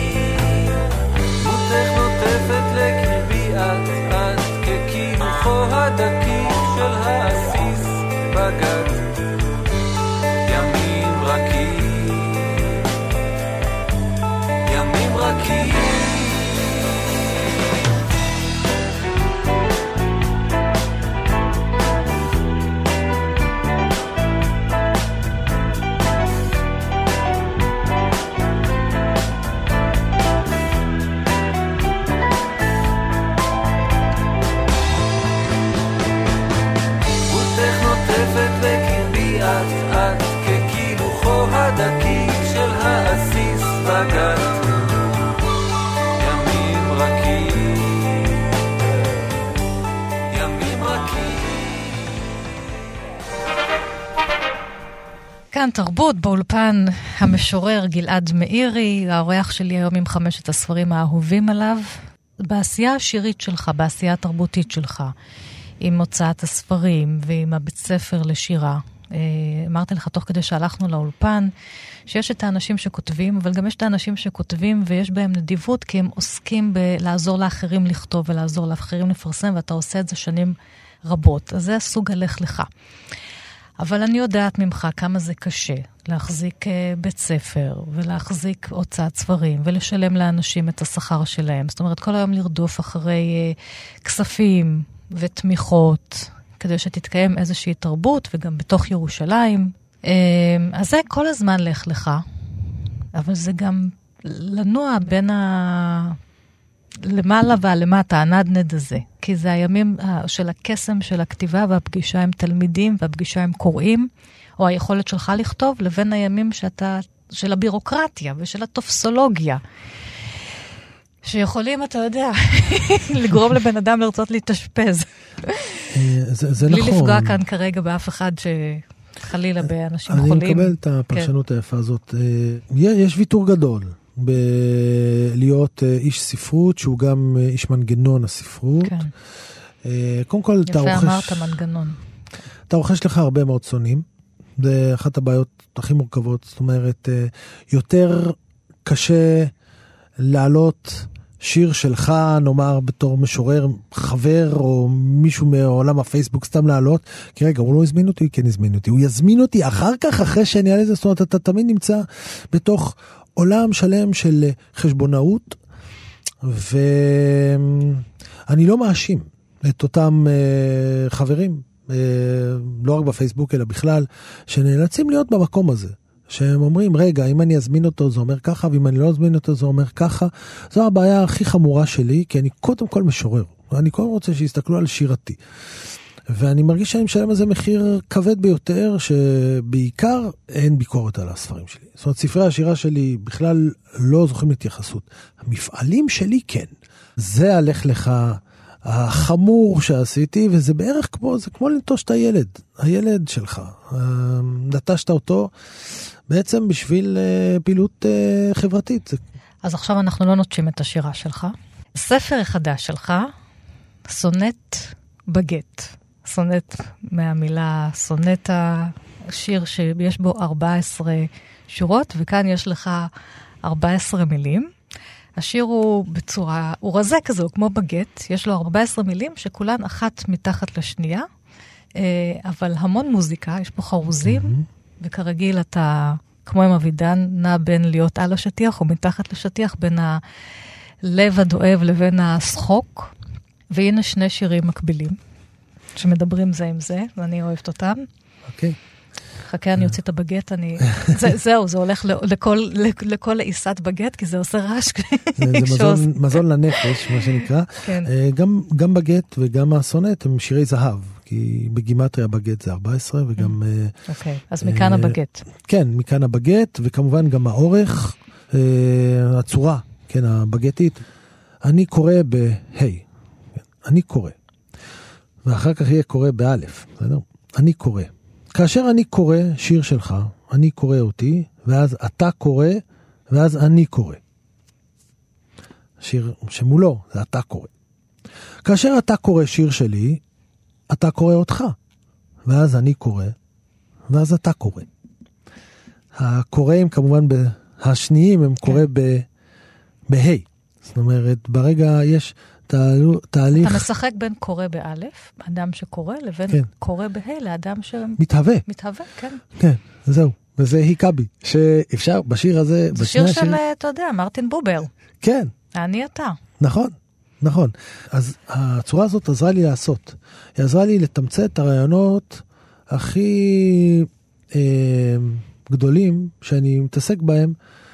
דמותך נוטפת לקרבי את את כקילוחו הדקיק של האסיס בגת, ימים רכים, ימים רכים, את את כקילוחו הדקיק של האסיס בגת, ימים רכים, ימים רכים. כאן תרבות באולפן המשורר גלעד מאירי, האורח שלי היום עם חמשת הספרים האהובים עליו, בעשייה השירית שלך, בעשייה התרבותית שלך, עם הוצאת הספרים ועם הבית ספר לשירה. אמרתי לך תוך כדי שהלכנו לאולפן, שיש את האנשים שכותבים, אבל גם יש את האנשים שכותבים ויש בהם נדיבות, כי הם עוסקים בלעזור לאחרים לכתוב ולעזור לאחרים לפרסם, ואתה עושה את זה שנים רבות. אז זה הסוג הלך לך. אבל אני יודעת ממך כמה זה קשה להחזיק בית ספר ולהחזיק הוצאת ספרים ולשלם לאנשים את השכר שלהם. זאת אומרת, כל היום לרדוף אחרי כספים ותמיכות, כדי שתתקיים איזושהי תרבות, וגם בתוך ירושלים. אז זה כל הזמן לך לך, אבל זה גם לנוע בין ה... למעלה והלמטה, הנדנד הזה. כי זה הימים של הקסם של הכתיבה והפגישה עם תלמידים, והפגישה עם קוראים, או היכולת שלך לכתוב, לבין הימים שאתה, של הבירוקרטיה ושל התופסולוגיה. שיכולים, אתה יודע, לגרום לבן אדם לרצות להתאשפז. זה נכון. בלי לפגוע כאן כרגע באף אחד שחלילה באנשים חולים. אני מקבל את הפרשנות היפה הזאת. יש ויתור גדול בלהיות איש ספרות, שהוא גם איש מנגנון הספרות. קודם כל, אתה רוכש... יפה אמרת מנגנון. אתה רוכש לך הרבה מאוד צונים. זה אחת הבעיות הכי מורכבות. זאת אומרת, יותר קשה להעלות שיר שלך, נאמר בתור משורר, חבר או מישהו מעולם הפייסבוק, סתם להעלות, כי רגע, הוא לא הזמין אותי, כן הזמין אותי, הוא יזמין אותי אחר כך, אחרי שאני אעלה את זה, זאת אומרת, אתה תמיד נמצא בתוך עולם שלם של חשבונאות, ואני לא מאשים את אותם חברים, לא רק בפייסבוק, אלא בכלל, שנאלצים להיות במקום הזה, שהם אומרים, רגע, אם אני אזמין אותו זה אומר ככה, ואם אני לא אזמין אותו זה אומר ככה. זו הבעיה הכי חמורה שלי, כי אני קודם כל משורר. אני קודם רוצה שיסתכלו על שירתי. ואני מרגיש שאני משלם על זה מחיר כבד ביותר, שבעיקר אין ביקורת על הספרים שלי. זאת אומרת, ספרי השירה שלי בכלל לא זוכים להתייחסות. המפעלים שלי כן. זה הלך לך החמור שעשיתי, וזה בערך כמו, זה כמו לנטוש את הילד, הילד שלך. נטשת אותו בעצם בשביל פעילות חברתית. אז עכשיו אנחנו לא נוטשים את השירה שלך. ספר החדש שלך, סונט בגט. סונט מהמילה סונטה, שיר שיש בו ארבע עשרה שורות, וכאן יש לך ארבע עשרה מילים. השיר הוא בצורה, הוא רזה כזה, הוא כמו בגט, יש לו ארבע עשרה מילים שכולן אחת מתחת לשנייה, אבל המון מוזיקה, יש פה חרוזים, mm-hmm. וכרגיל אתה, כמו עם אבידן, נע בין להיות על השטיח או מתחת לשטיח, בין הלב הדואב לבין השחוק, והנה שני שירים מקבילים, שמדברים זה עם זה, ואני אוהבת אותם. אוקיי. Okay. חכה, אני יוצא את הבגט, אני... זה, זהו, זה הולך לכל, לכל לעיסת בגט, כי זה עושה רעש. זה מזון, מזון לנפש, מה שנקרא. כן. גם, גם בגט וגם הסונט הם שירי זהב, כי בגימטריה בגט זה ארבע עשרה, וגם... אוקיי, אז מכאן הבגט. כן, מכאן הבגט, וכמובן גם האורך, הצורה, כן, הבגטית. אני קורא ב-ה', אני קורא. ואחר כך יהיה קורא באלף, בסדר? אני קורא. כאשר אני קורא שיר שלך, אני קורא אותי, ואז אתה קורא, ואז אני קורא. שיר שמולו, זה אתה קורא. כאשר אתה קורא שיר שלי, אתה קורא אותך, ואז אני קורא, ואז אתה קורא. הקוראים כמובן, השניים הם קורא ב-ה'. זאת אומרת, ברגע יש... תהליך... אתה משחק בין קורא באלף, אדם שקורא, לבין כן. קורא בה' לאדם ש... מתהווה. מתהווה, כן. כן, זהו. וזה היקבי, שאפשר בשיר הזה... זה שיר של, אתה יודע, מרטין בובר. כן. אני אתה. נכון, נכון. אז הצורה הזאת עזרה לי לעשות. היא עזרה לי לתמצת את הרעיונות הכי אה, גדולים שאני מתעסק בהם,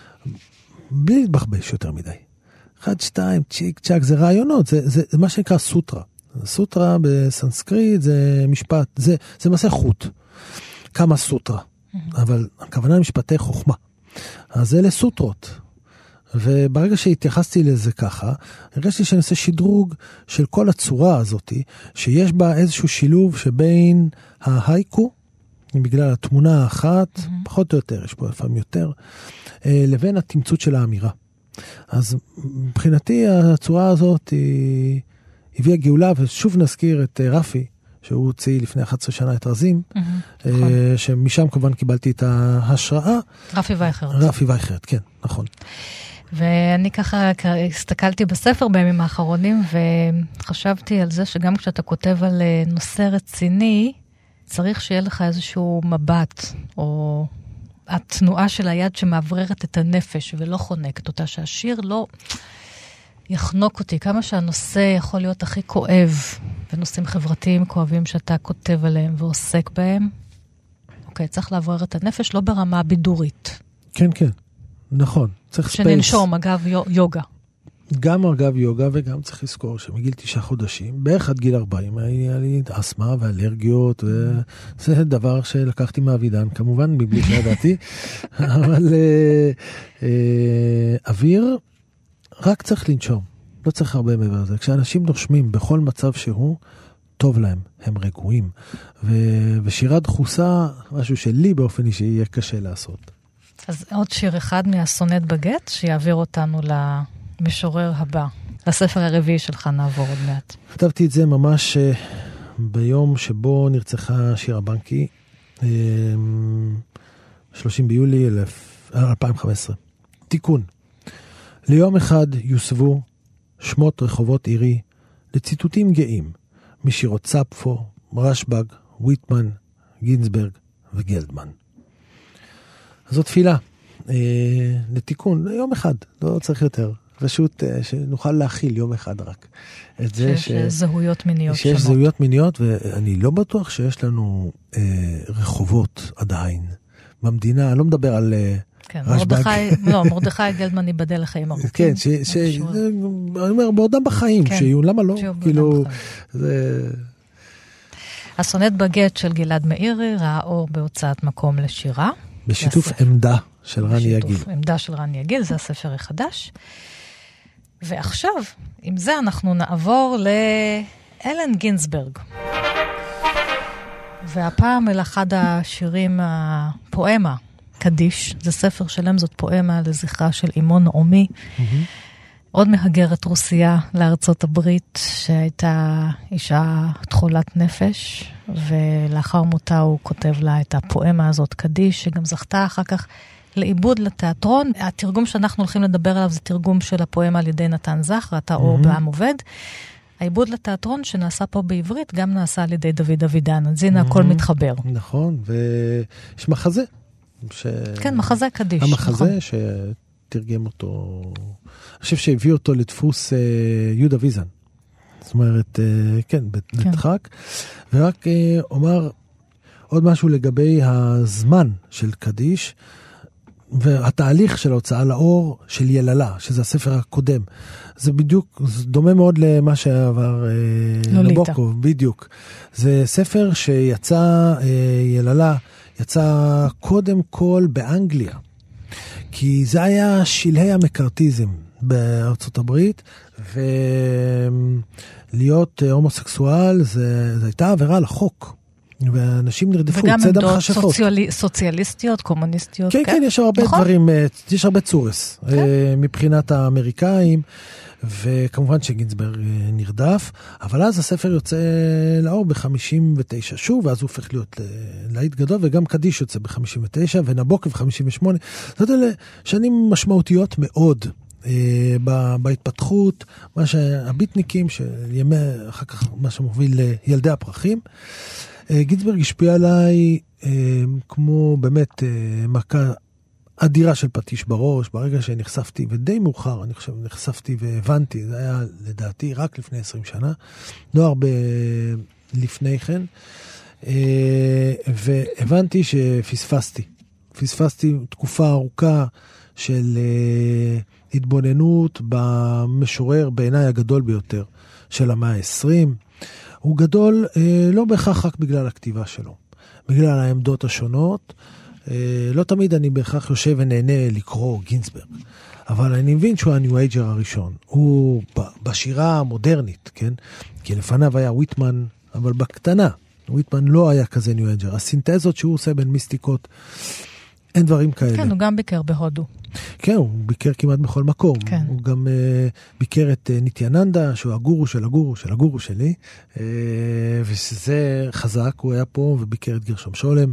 בלי להתבחבש יותר מדי. אחד, שתיים, צ'יק, צ'ק, זה רעיונות, זה, זה, זה מה שנקרא סוטרה. סוטרה בסנסקריט זה משפט, זה, זה מעשה חוט. כמה סוטרה. Mm-hmm. אבל הכוונה משפטי חוכמה. אז אלה סוטרות. וברגע שהתייחסתי לזה ככה, הרגשתי שאני עושה שדרוג של כל הצורה הזאת, שיש בה איזשהו שילוב שבין ההייקו, בגלל התמונה האחת, mm-hmm. פחות או יותר, יש פה לפעמים יותר, לבין התמצות של האמירה. אז מבחינתי הצורה הזאת היא הביאה גאולה, ושוב נזכיר את רפי, שהוא הוציא לפני אחת עשרה שנה את רזים, mm-hmm, נכון. שמשם כמובן קיבלתי את ההשראה. רפי וייכרט. רפי וייכרט, כן, נכון. ואני ככה הסתכלתי בספר בימים האחרונים, וחשבתי על זה שגם כשאתה כותב על נושא רציני, צריך שיהיה לך איזשהו מבט, או... התנועה של היד שמעבררת את הנפש ולא חונקת אותה, שהשיר לא יחנוק אותי, כמה שהנושא יכול להיות הכי כואב, ונושאים חברתיים כואבים שאתה כותב עליהם ועוסק בהם. אוקיי, צריך לעברר את הנפש לא ברמה בידורית. כן, כן, נכון. צריך ספייס. שננשום, אגב יוגה. גם אגב יוגה, וגם צריך לזכור שמגיל תשעה חודשים, בערך עד גיל ארבעים, היה לי אסמה ואלרגיות, וזה דבר שלקחתי מאבידן, כמובן, מבלי שידעתי, אבל אה, אה, אוויר, רק צריך לנשום, לא צריך הרבה מעבר לזה. כשאנשים נושמים בכל מצב שהוא, טוב להם, הם רגועים, ו- ושירה דחוסה, משהו שלי באופן אישי יהיה קשה לעשות. אז עוד שיר אחד מהסונט בגט, שיעביר אותנו ל... משורר הבא. לספר הרביעי שלך נעבור עוד מעט. כתבתי את זה ממש ביום שבו נרצחה שירה בנקי, שלושים ביולי אלפיים וחמש עשרה. תיקון. ליום אחד יוסבו שמות רחובות עירי לציטוטים גאים משירות ספפו, רשב"ג, ויטמן, גינסברג וגלדמן. זו תפילה לתיקון, יום אחד, לא צריך יותר. פשוט שנוכל להכיל יום אחד רק. את זה שיש ש... זהויות מיניות שיש שונות. זהויות מיניות, ואני לא בטוח שיש לנו אה, רחובות עדיין במדינה, אני לא מדבר על כן, מרדכי, לא, מרדכי גלדמן ייבדל לחיים ארוכים. כן, ש, ש, אני אומר, בעודם בחיים, שיהיו, למה לא? כאילו, זה... הסונט בגט של גלעד מאירי ראה אור בהוצאת מקום לשירה. בשיתוף עמדה של רני יגיל. בשיתוף עמדה של רני יגיל, זה הספר החדש. ועכשיו, עם זה אנחנו נעבור לאלן גינסברג. והפעם אל אחד השירים, הפואמה, קדיש, זה ספר שלם, זאת פואמה לזכרה של אימו נעמי, mm-hmm. עוד מהגרת רוסיה לארצות הברית, שהייתה אישה תחולת נפש, ולאחר מותה הוא כותב לה את הפואמה הזאת, קדיש, שגם זכתה אחר כך לעיבוד לתיאטרון. התרגום שאנחנו הולכים לדבר עליו זה תרגום של הפואמה על ידי נתן זכר, אתה אור בעם עובד. העיבוד לתיאטרון שנעשה פה בעברית גם נעשה על ידי דוד אבידן, אז הנה הכל מתחבר. נכון, ויש מחזה. ש... כן, מחזה קדיש. המחזה נכון. שתרגם אותו, אני חושב שהביא אותו לדפוס אה, יהודה ויזן. זאת אומרת, אה, כן, בדחק. כן. ורק אה, אומר עוד משהו לגבי הזמן של קדיש, והתהליך של ההוצאה לאור של יללה, שזה הספר הקודם. זה בדיוק, זה דומה מאוד למה שעבר אה, נבוקוב, בדיוק. זה ספר שיצא אה, יללה, יצא קודם כל באנגליה, כי זה היה שלהי המקארתיזם בארצות הברית, ולהיות הומוסקסואל זה, זה הייתה עבירה לחוק, ואנשים נרדפו, וגם עמדות סוציאלי, סוציאליסטיות, קומוניסטיות. כן, כן, כן, יש הרבה נכון? דברים, יש הרבה צורס, כן. מבחינת האמריקאים, וכמובן שגינסברג נרדף, אבל אז הספר יוצא לאור ב-חמישים ותשע שוב, ואז הוא הופך להיות להיט גדול, וגם קדיש יוצא ב-חמישים ותשע, ונבוקוב ב-חמישים ושמונה. זאת אלה שנים משמעותיות מאוד אה, בהתפתחות, מה שהביטניקים, שימי, אחר כך מה שמוביל לילדי הפרחים. אה, גינסברג השפיע עליי אה, כמו באמת אה, מכה אדירה של פטיש בראש, ברגע שנחשפתי, ודי מאוחר, אני חושב, נחשפתי והבנתי, זה היה לדעתי רק לפני עשרים שנה, לא הרבה לפני כן, והבנתי שפספסתי, פספסתי תקופה ארוכה של התבוננות במשורר בעיניי הגדול ביותר של המאה ה-עשרים, הוא גדול לא בהכרח רק בגלל הכתיבה שלו, בגלל העמדות השונות, לא תמיד אני בהכרח יושב ונהנה לקרוא גינסברג, אבל אני מבין שהוא הניו אייג'ר הראשון. הוא בשירה המודרנית, כן? כי לפניו היה וויטמן, אבל בקטנה. וויטמן לא היה כזה ניו אייג'ר. הסינתזות שהוא עושה בין מיסטיקות, אין דברים כאלה. כן, הוא גם ביקר בהודו. כן, הוא ביקר כמעט בכל מקום. כן. הוא גם uh, ביקר את uh, ניטיננדה, שהוא הגורו של הגורו של הגורו שלי, uh, ושזה חזק, הוא היה פה וביקר את גרשום שולם.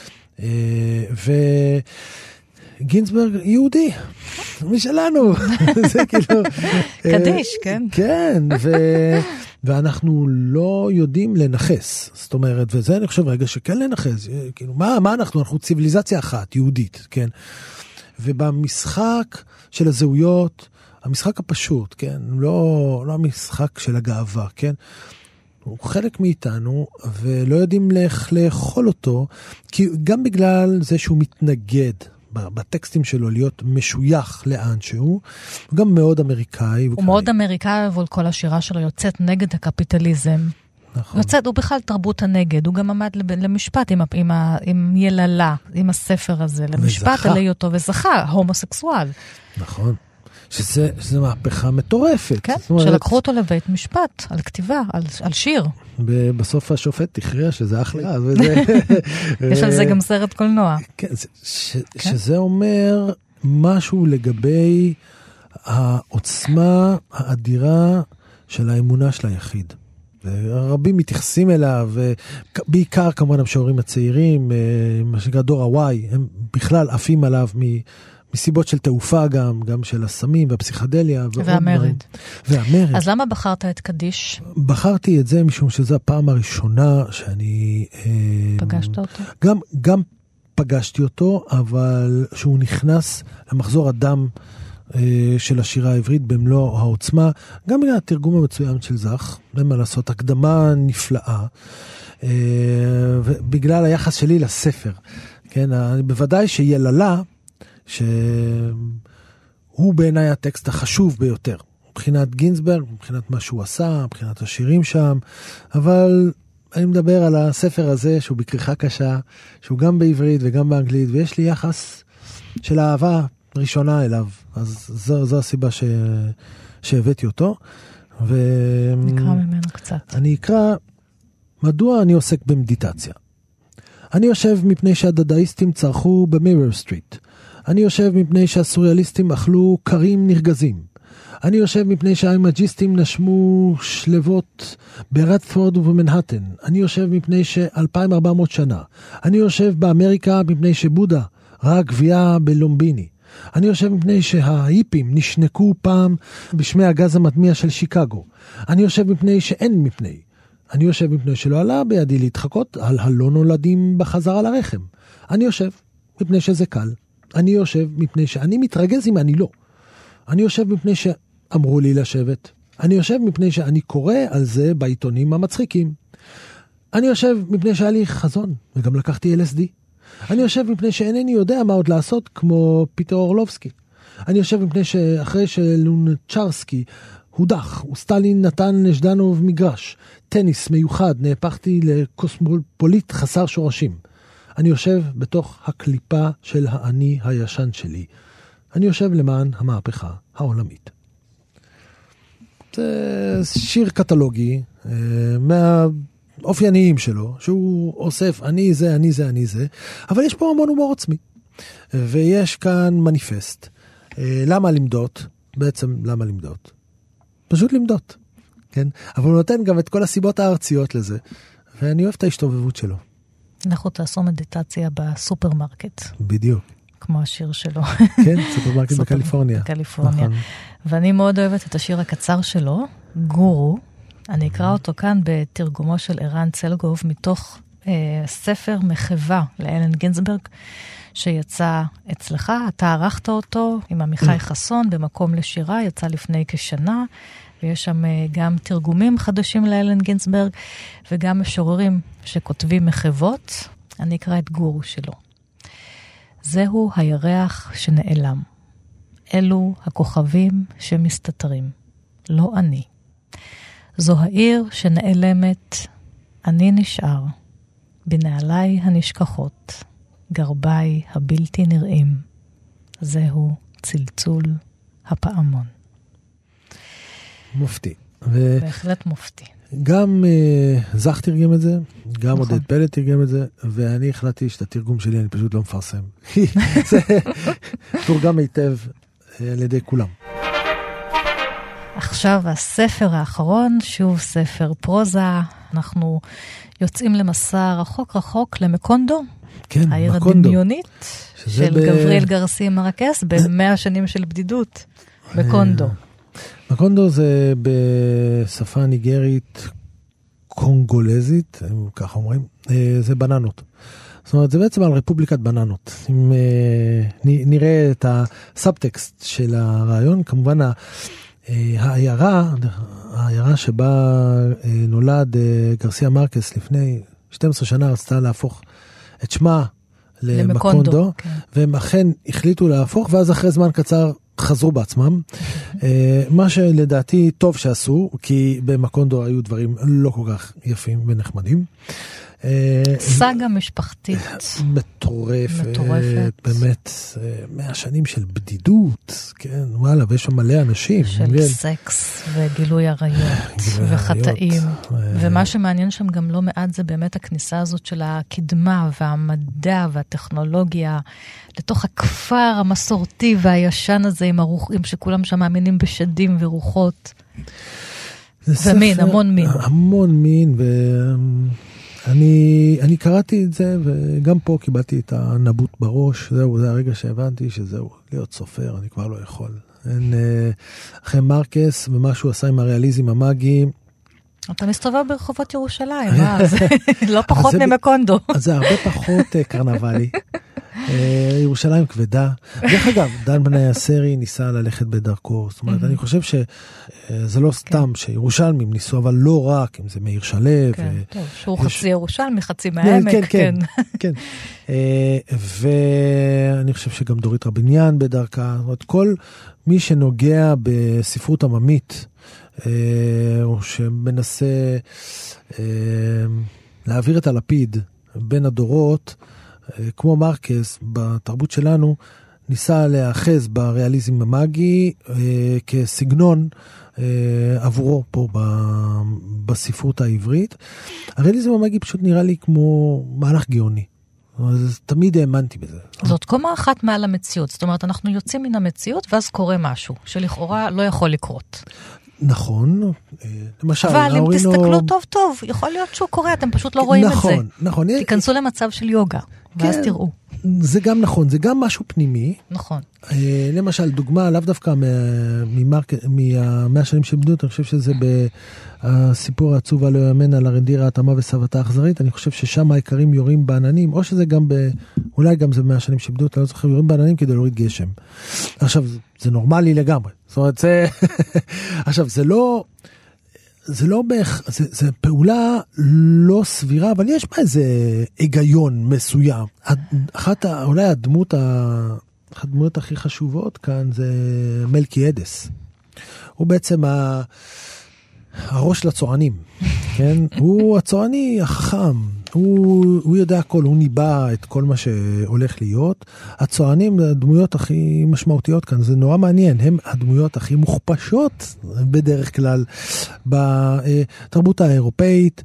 וגינסברג יהודי משלנו זה כאילו קדיש, כן כן, ואנחנו לא יודעים לנחס, זאת אומרת, וזה אני חושב רגע שכן לנחס, כאילו מה מה אנחנו אנחנו ציוויליזציה אחת יהודית, כן, ובמשחק של הזהויות, המשחק הפשוט, כן, לא לא המשחק של הגאווה, כן, הוא חלק מאיתנו, ולא יודעים איך לאכול אותו, כי גם בגלל זה שהוא מתנגד בטקסטים שלו להיות משוייך לאן שהוא, הוא גם מאוד אמריקאי. הוא מאוד אמריקאי, אבל כל השירה שלו יוצאת נגד הקפיטליזם. נכון. יוצאת, הוא בכלל תרבות הנגד, הוא גם עמד למשפט עם, עם, עם יללה, עם הספר הזה, למשפט עלי אותו, וזכה, הומוסקסואל. נכון. שזה, שזה מהפכה מטורפת. כן, שלקחו אותו לבית משפט, על כתיבה, על, על שיר. בסוף השופט תכריע שזה אחלה. יש על זה גם סרט קולנוע. כן, ש, כן? שזה אומר משהו לגבי העוצמה האדירה של האמונה של היחיד. רבים מתייחסים אליו, בעיקר כמובן המשוררים הצעירים, מה שנקרא דור הוואי, הם בכלל עפים עליו מ... מסיבות של תעופה גם, גם של הסמים והפסיכדליה. והמרד. והמרד. אז למה בחרת את קדיש? בחרתי את זה משום שזו הפעם הראשונה שאני... פגשת אותו? גם, גם פגשתי אותו, אבל שהוא נכנס למחזור הדם של השירה העברית במלוא העוצמה, גם בגלל התרגום המצוין של זך, למה לעשות הקדמה נפלאה, ובגלל היחס שלי לספר. כן, בוודאי שיללה, שהוא בעיניי הטקסט החשוב ביותר. מבחינת גינסברג, מבחינת מה שהוא עשה, מבחינת השירים שם, אבל אני מדבר על הספר הזה שהוא בקריחה קשה, שהוא גם בעברית וגם באנגלית, ויש לי יחס של אהבה ראשונה אליו. אז זו, זו הסיבה ש... שהבאתי אותו. ו... נקרא ממנו קצת. אני אקרא מדוע אני עוסק במדיטציה. אני יושב מפני שהדדאיסטים צרכו במירור סטריט. אני יושב מפני שהסוריאליסטים אכלו קרים נרגזים. אני יושב מפני שהאימג'יסטים נשמו שלבות ברדפורד ובמנהטן. אני יושב מפני ש-אלפיים וארבע מאות שנה. אני יושב באמריקה מפני שבודה ראה גבייה בלומביני. אני יושב מפני שההיפים נשנקו פעם בשמי הגז המטמיע של שיקגו. אני יושב מפני שאין מפני. אני יושב מפני שלא עלה בידי להתחקות על הלא נולדים בחזרה לרחם. אני יושב מפני שזה קל. אני יושב מפני שאני מתרגז אם אני לא. אני יושב מפני שאמרו לי לשבת. אני יושב מפני שאני קורא על זה בעיתונים המצחיקים. אני יושב מפני שהיה לי חזון, וגם לקחתי אל אס די. אני יושב מפני שאינני יודע מה עוד לעשות, כמו פיטר אורלובסקי. אני יושב מפני שאחרי שלונצ'רסקי הודח, וסטלין נתן לז'דנוב מגרש, טניס מיוחד, נהפכתי לקוסמופוליט חסר שורשים. אני יושב בתוך הקליפה של האני הישן שלי. אני יושב למען המהפכה העולמית. זה שיר קטלוגי, מהאופייניים שלו, שהוא אוסף אני זה, אני זה, אני זה, אבל יש פה המון הומור עצמי. ויש כאן מניפסט. למה למדות? בעצם למה למדות? פשוט למדות. כן? אבל הוא נותן גם את כל הסיבות הארציות לזה, ואני אוהב את ההשתובבות שלו. אנחנו תעשו מדיטציה בסופרמרקט. בדיוק. כמו השיר שלו. כן, סופרמרקט בקליפורניה. בקליפורניה. ואני מאוד אוהבת את השיר הקצר שלו, גורו. אני אקרא אותו כאן בתרגומו של ערן צלגוב, מתוך אה, ספר מחווה לאלן גינסברג, שיצא אצלך. אתה ערכת אותו עם עמיחי חסון במקום לשירה, יצא לפני כשנה, ויש שם אה, גם תרגומים חדשים לאלן גינסברג, וגם משוררים שכותבים מחוות. אני אקרא את גורו שלו. זהו הירח שנעלם. אלו הכוכבים שמסתתרים. לא אני. זו העיר שנעלמת. אני נשאר. בנעליי הנשכחות. גרביי הבלתי נראים. זהו צלצול הפעמון. מופתי. ו... בהחלט מופתי. גם uh, זך תרגם את זה, גם נכון. עודד פלט תרגם את זה, ואני החלטתי שאת התרגום שלי אני פשוט לא מפרסם. זה תורגם היטב uh, על ידי כולם. עכשיו הספר האחרון, שוב ספר פרוזה, אנחנו יוצאים למסע רחוק רחוק למקונדו. כן, העיר מקונדו. הדמיונית של ב... גבריאל גרסיה מרקס, במאה שנים של בדידות, מקונדו. מקונדו זה בשפה ניגרית קונגולזית, ככה אומרים, זה בננות. זאת אומרת, זה בעצם על רפובליקת בננות. אם נראה את הסאבטקסט של הרעיון, כמובן העיירה, העיירה שבה נולד גרסיה מרקס לפני שתים עשרה שנה, רצתה להפוך את שמה למקונדו, כן. והם אכן החליטו להפוך, ואז אחרי זמן קצר חזרו בעצמם. מה שלדעתי טוב שעשו, כי במקונדו היו דברים לא כל כך יפים ונחמדים. סגה משפחתית. מטורפת. באמת, מאה שנים של בדידות, כן, וואלה, ויש שם מלא אנשים. של סקס וגילוי עריות וחטאים. ומה שמעניין שם גם לא מעט זה באמת הכניסה הזאת של הקדמה והמדע והטכנולוגיה לתוך הכפר המסורתי והישן הזה עם הרוחים שכולם שם מאמינים בשדים ורוחות. ומין, המון מין. המון מין ו... אני, אני קראתי את זה, וגם פה קיבלתי את הנבוט בראש. זהו, זה הרגע שהבנתי שזהו, להיות סופר, אני כבר לא יכול. אין, אחרי מרקס, ומה שהוא עשה עם הריאליזם המאגי. אתה מסתובב ברחובות ירושלים, מה? זה לא פחות ממקונדו. אז זה הרבה פחות קרנבלי. ירושלים כבדה. דרך אגב, דן בניה סרי ניסה ללכת בדרכו. זאת אומרת, אני חושב שזה לא סתם שירושלמים ניסו, אבל לא רק, אם זה מאיר שלו. טוב, שהוא חצי ירושלמי, חצי מהעמק. כן, כן, כן. ואני חושב שגם דורית רביניאן בדרכה. זאת אומרת, כל מי שנוגע בספרות עממית, או שמנסה להעביר את הלפיד בין הדורות, כמו מרקס בתרבות שלנו, ניסה להאחז בריאליזם המאגי כסגנון עבורו פה בספרות העברית. הריאליזם המאגי פשוט נראה לי כמו מהלך גאוני. אז תמיד האמנתי בזה. זאת קומה אחת מעל המציאות. זאת אומרת, אנחנו יוצאים מן המציאות ואז קורה משהו שלכאורה לא יכול לקרות. נכון, למשל, אבל אם תסתכלו טוב טוב, יכול להיות שהוא קורה, אתם פשוט לא רואים את זה. נכון, נכון. תיכנסו למצב של יוגה, ואז תראו. זה גם נכון, זה גם משהו פנימי. נכון. למשל, דוגמה, לאו דווקא מהמאה שנים של בדות, אני חושב שזה בסיפור העצוב הלא יאמן על הרנדירה, התאמה וסבתה האכזרית, אני חושב ששם העיקרים יורים בעננים, או שזה גם, אולי גם זה במאה שנים של בדות, אני לא זוכר, יורים בעננים כדי להוריד גשם. עכשיו, זה נורמלי לגמרי. זאת אומרת, זה, עכשיו, זה לא, זה לא בערך, זה, זה פעולה לא סבירה, אבל יש בה איזה היגיון מסוים. אחת, אולי הדמות, אחת הדמות הכי חשובות כאן זה מלכי אדס. הוא בעצם ה, הראש לצוענים, כן? הוא הצועני החכם. הוא, הוא יודע הכל, הוא ניבא את כל מה שהולך להיות. הצוענים, הדמויות הכי משמעותיות כאן, זה נורא מעניין, הם הדמויות הכי מוכפשות בדרך כלל בתרבות האירופאית,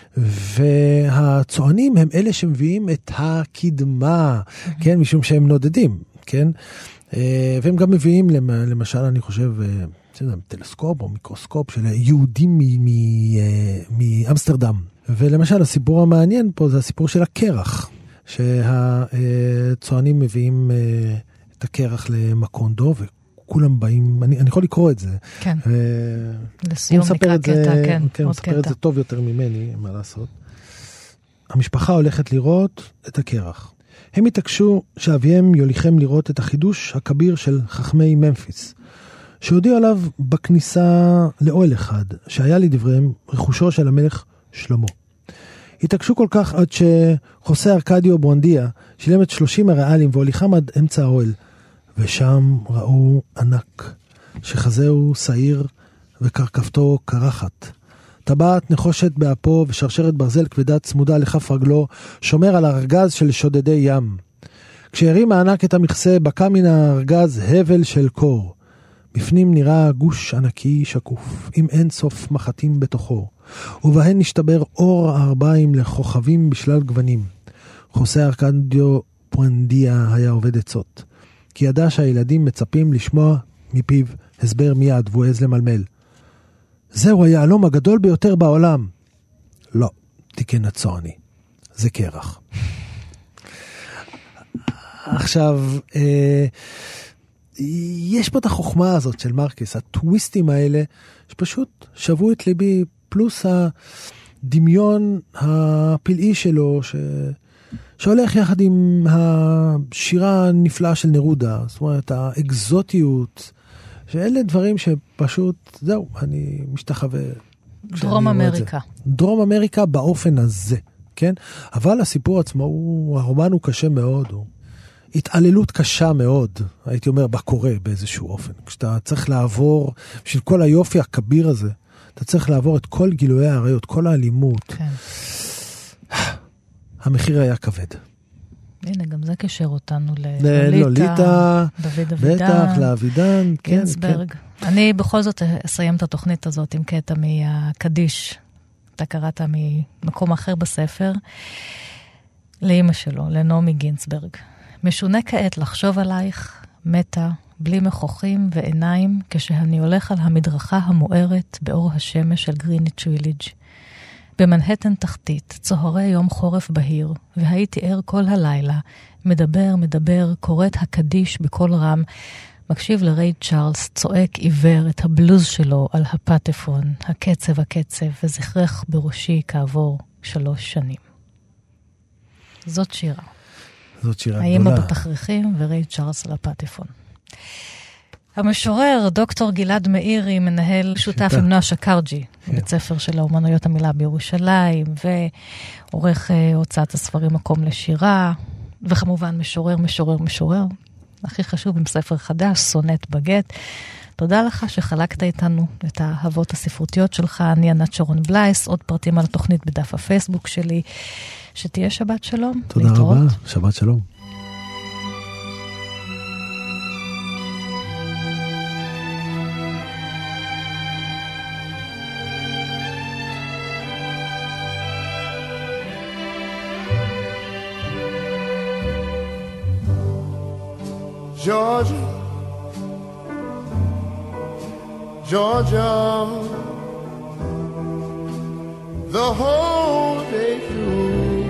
והצוענים הם אלה שמביאים את הקדמה, כן, משום שהם נודדים, כן, והם גם מביאים, למשל, אני חושב, טלסקופ או מיקרוסקופ של יהודים מאמסטרדם. ולמשל, הסיפור המעניין פה זה הסיפור של הקרח, שהצוענים מביאים את הקרח למקונדו, וכולם באים, אני, אני יכול לקרוא את זה. כן. ו... לסיום נקרא קטע, זה, כן, כן, הוא מספר את זה טוב יותר ממני, מה לעשות. המשפחה הולכת לראות את הקרח. הם התעקשו שאביהם יוליכם לראות את החידוש הכביר של חכמי ממפיס, שהודיעו עליו בכניסה לאוהל אחד, שהיה לדבריהם רכושו של המלך שלמה. התעקשו כל כך עד שחוסה ארקדיו ברונדיה שילם את שלושים הריאלים והוליכם עד אמצע האוהל, ושם ראו ענק, שחזהו שעיר וקרקבתו קרחת. טבעת נחושת באפו ושרשרת ברזל כבדה צמודה לכף רגלו, שומר על הארגז של שודדי ים. כשהרים הענק את המכסה, בקע מן הארגז הבל של קור. בפנים נראה גוש ענקי שקוף, עם אין סוף מחטים בתוכו, ובהן נשתבר אור הארבעים לכוכבים בשלל גוונים. חוסה ארקדיו ברונדיה היה עובד עצות, כי ידע שהילדים מצפים לשמוע מפיו הסבר מיד, והוא העז למלמל. זהו היעלום הגדול ביותר בעולם. לא, תיקן הצועני. זה קרח. עכשיו, אה, יש פה את החוכמה הזאת של מרקס, הטוויסטים האלה, שפשוט שבו את ליבי, פלוס הדמיון הפלאי שלו, ש... שהולך יחד עם השירה הנפלאה של נרודה, זאת אומרת, האקזוטיות, שאלה דברים שפשוט, זהו, אני משתחווה. דרום אמריקה. דרום אמריקה באופן הזה, כן? אבל הסיפור עצמו, הוא, הרומן הוא קשה מאוד, הוא התעללות קשה מאוד, הייתי אומר, בקורא באיזשהו אופן. כשאתה צריך לעבור, בשביל כל היופי הכביר הזה, אתה צריך לעבור את כל גילויי העריות, כל האלימות. כן. המחיר היה כבד. הנה, גם זה קשר אותנו ללוליטה, דוד אבידן, בטח, לאבידן, גינסברג. כן. אני בכל זאת אסיים את התוכנית הזאת עם קטע מהקדיש, אתה קראת ממקום אחר בספר, לאמא שלו, לנעמי גינסברג. משונה כעת לחשוב עלייך, מתה, בלי מכוחים ועיניים, כשאני הולך על המדרכה המוארת באור השמש של גריניץ' ויליג'. במנהטן תחתית, צהרי יום חורף בהיר, והייתי ער כל הלילה, מדבר, מדבר, קוראת הקדיש בכל רם, מקשיב לריי צ'ארלס, צועק עיוור את הבלוז שלו על הפטפון, הקצב הקצב, וזכרך בראשי כעבור שלוש שנים. זאת שירה. זאת שירה גדולה. האמא בתכריכים וריי צ'ארלס על הפטיפון. המשורר דוקטור גלעד מאירי, מנהל שותף עם נועה שקרג'י, בית ספר של האומנויות המילה בירושלים, ועורך הוצאת הספרים מקום לשירה, וכמובן משורר, משורר, משורר. הכי חשוב עם ספר חדש, סונט בגט. תודה לך שחלקת איתנו את האהבות הספרותיות שלך. אני ענת שרון בלייס, עוד פרטים על התוכנית בדף הפייסבוק שלי. שתהיה שבת שלום. תודה להתראות. רבה, שבת שלום. Georgia, Georgia, the whole day through,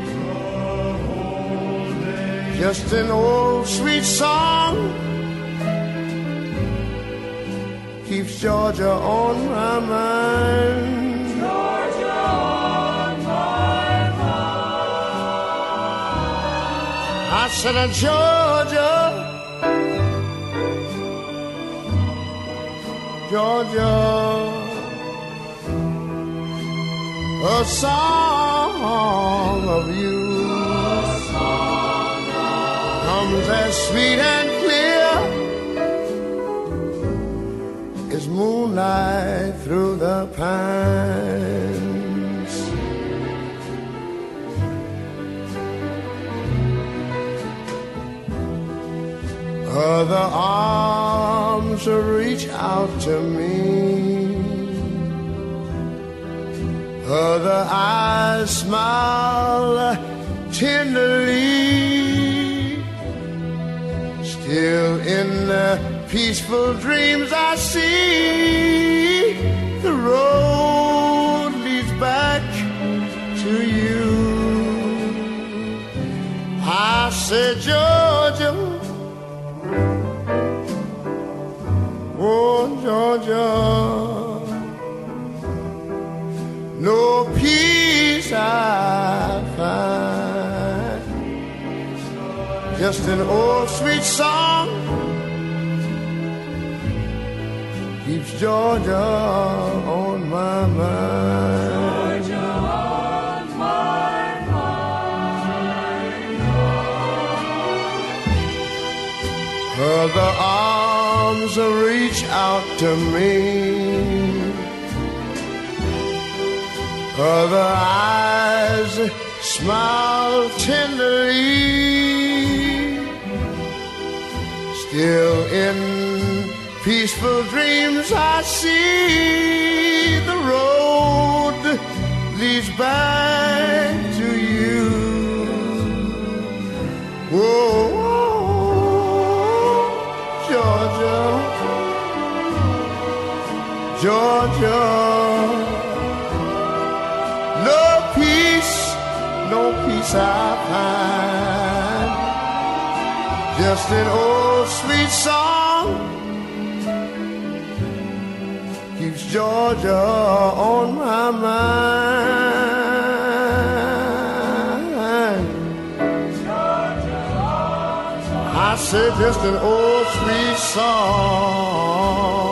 just an old sweet song keeps Georgia on my mind. Georgia on my mind. I said, Georgia, Georgia, a song of you, a song of comes as sweet and clear as moonlight through the pines. Other arms reach out to me, other eyes smile tenderly. Still in the peaceful dreams I see the road leads back to you. I said, Georgia, oh, Georgia, no peace I find, just an old sweet song keeps Georgia on my mind. Georgia on my mind. Other arms reach out to me, other eyes smile tenderly. Still in peaceful dreams I see the road leads back to you. Whoa, Georgia, Georgia, no peace, no peace I find, just an old sweet song keeps Georgia on my mind. Georgia on my mind. I said just an old sweet song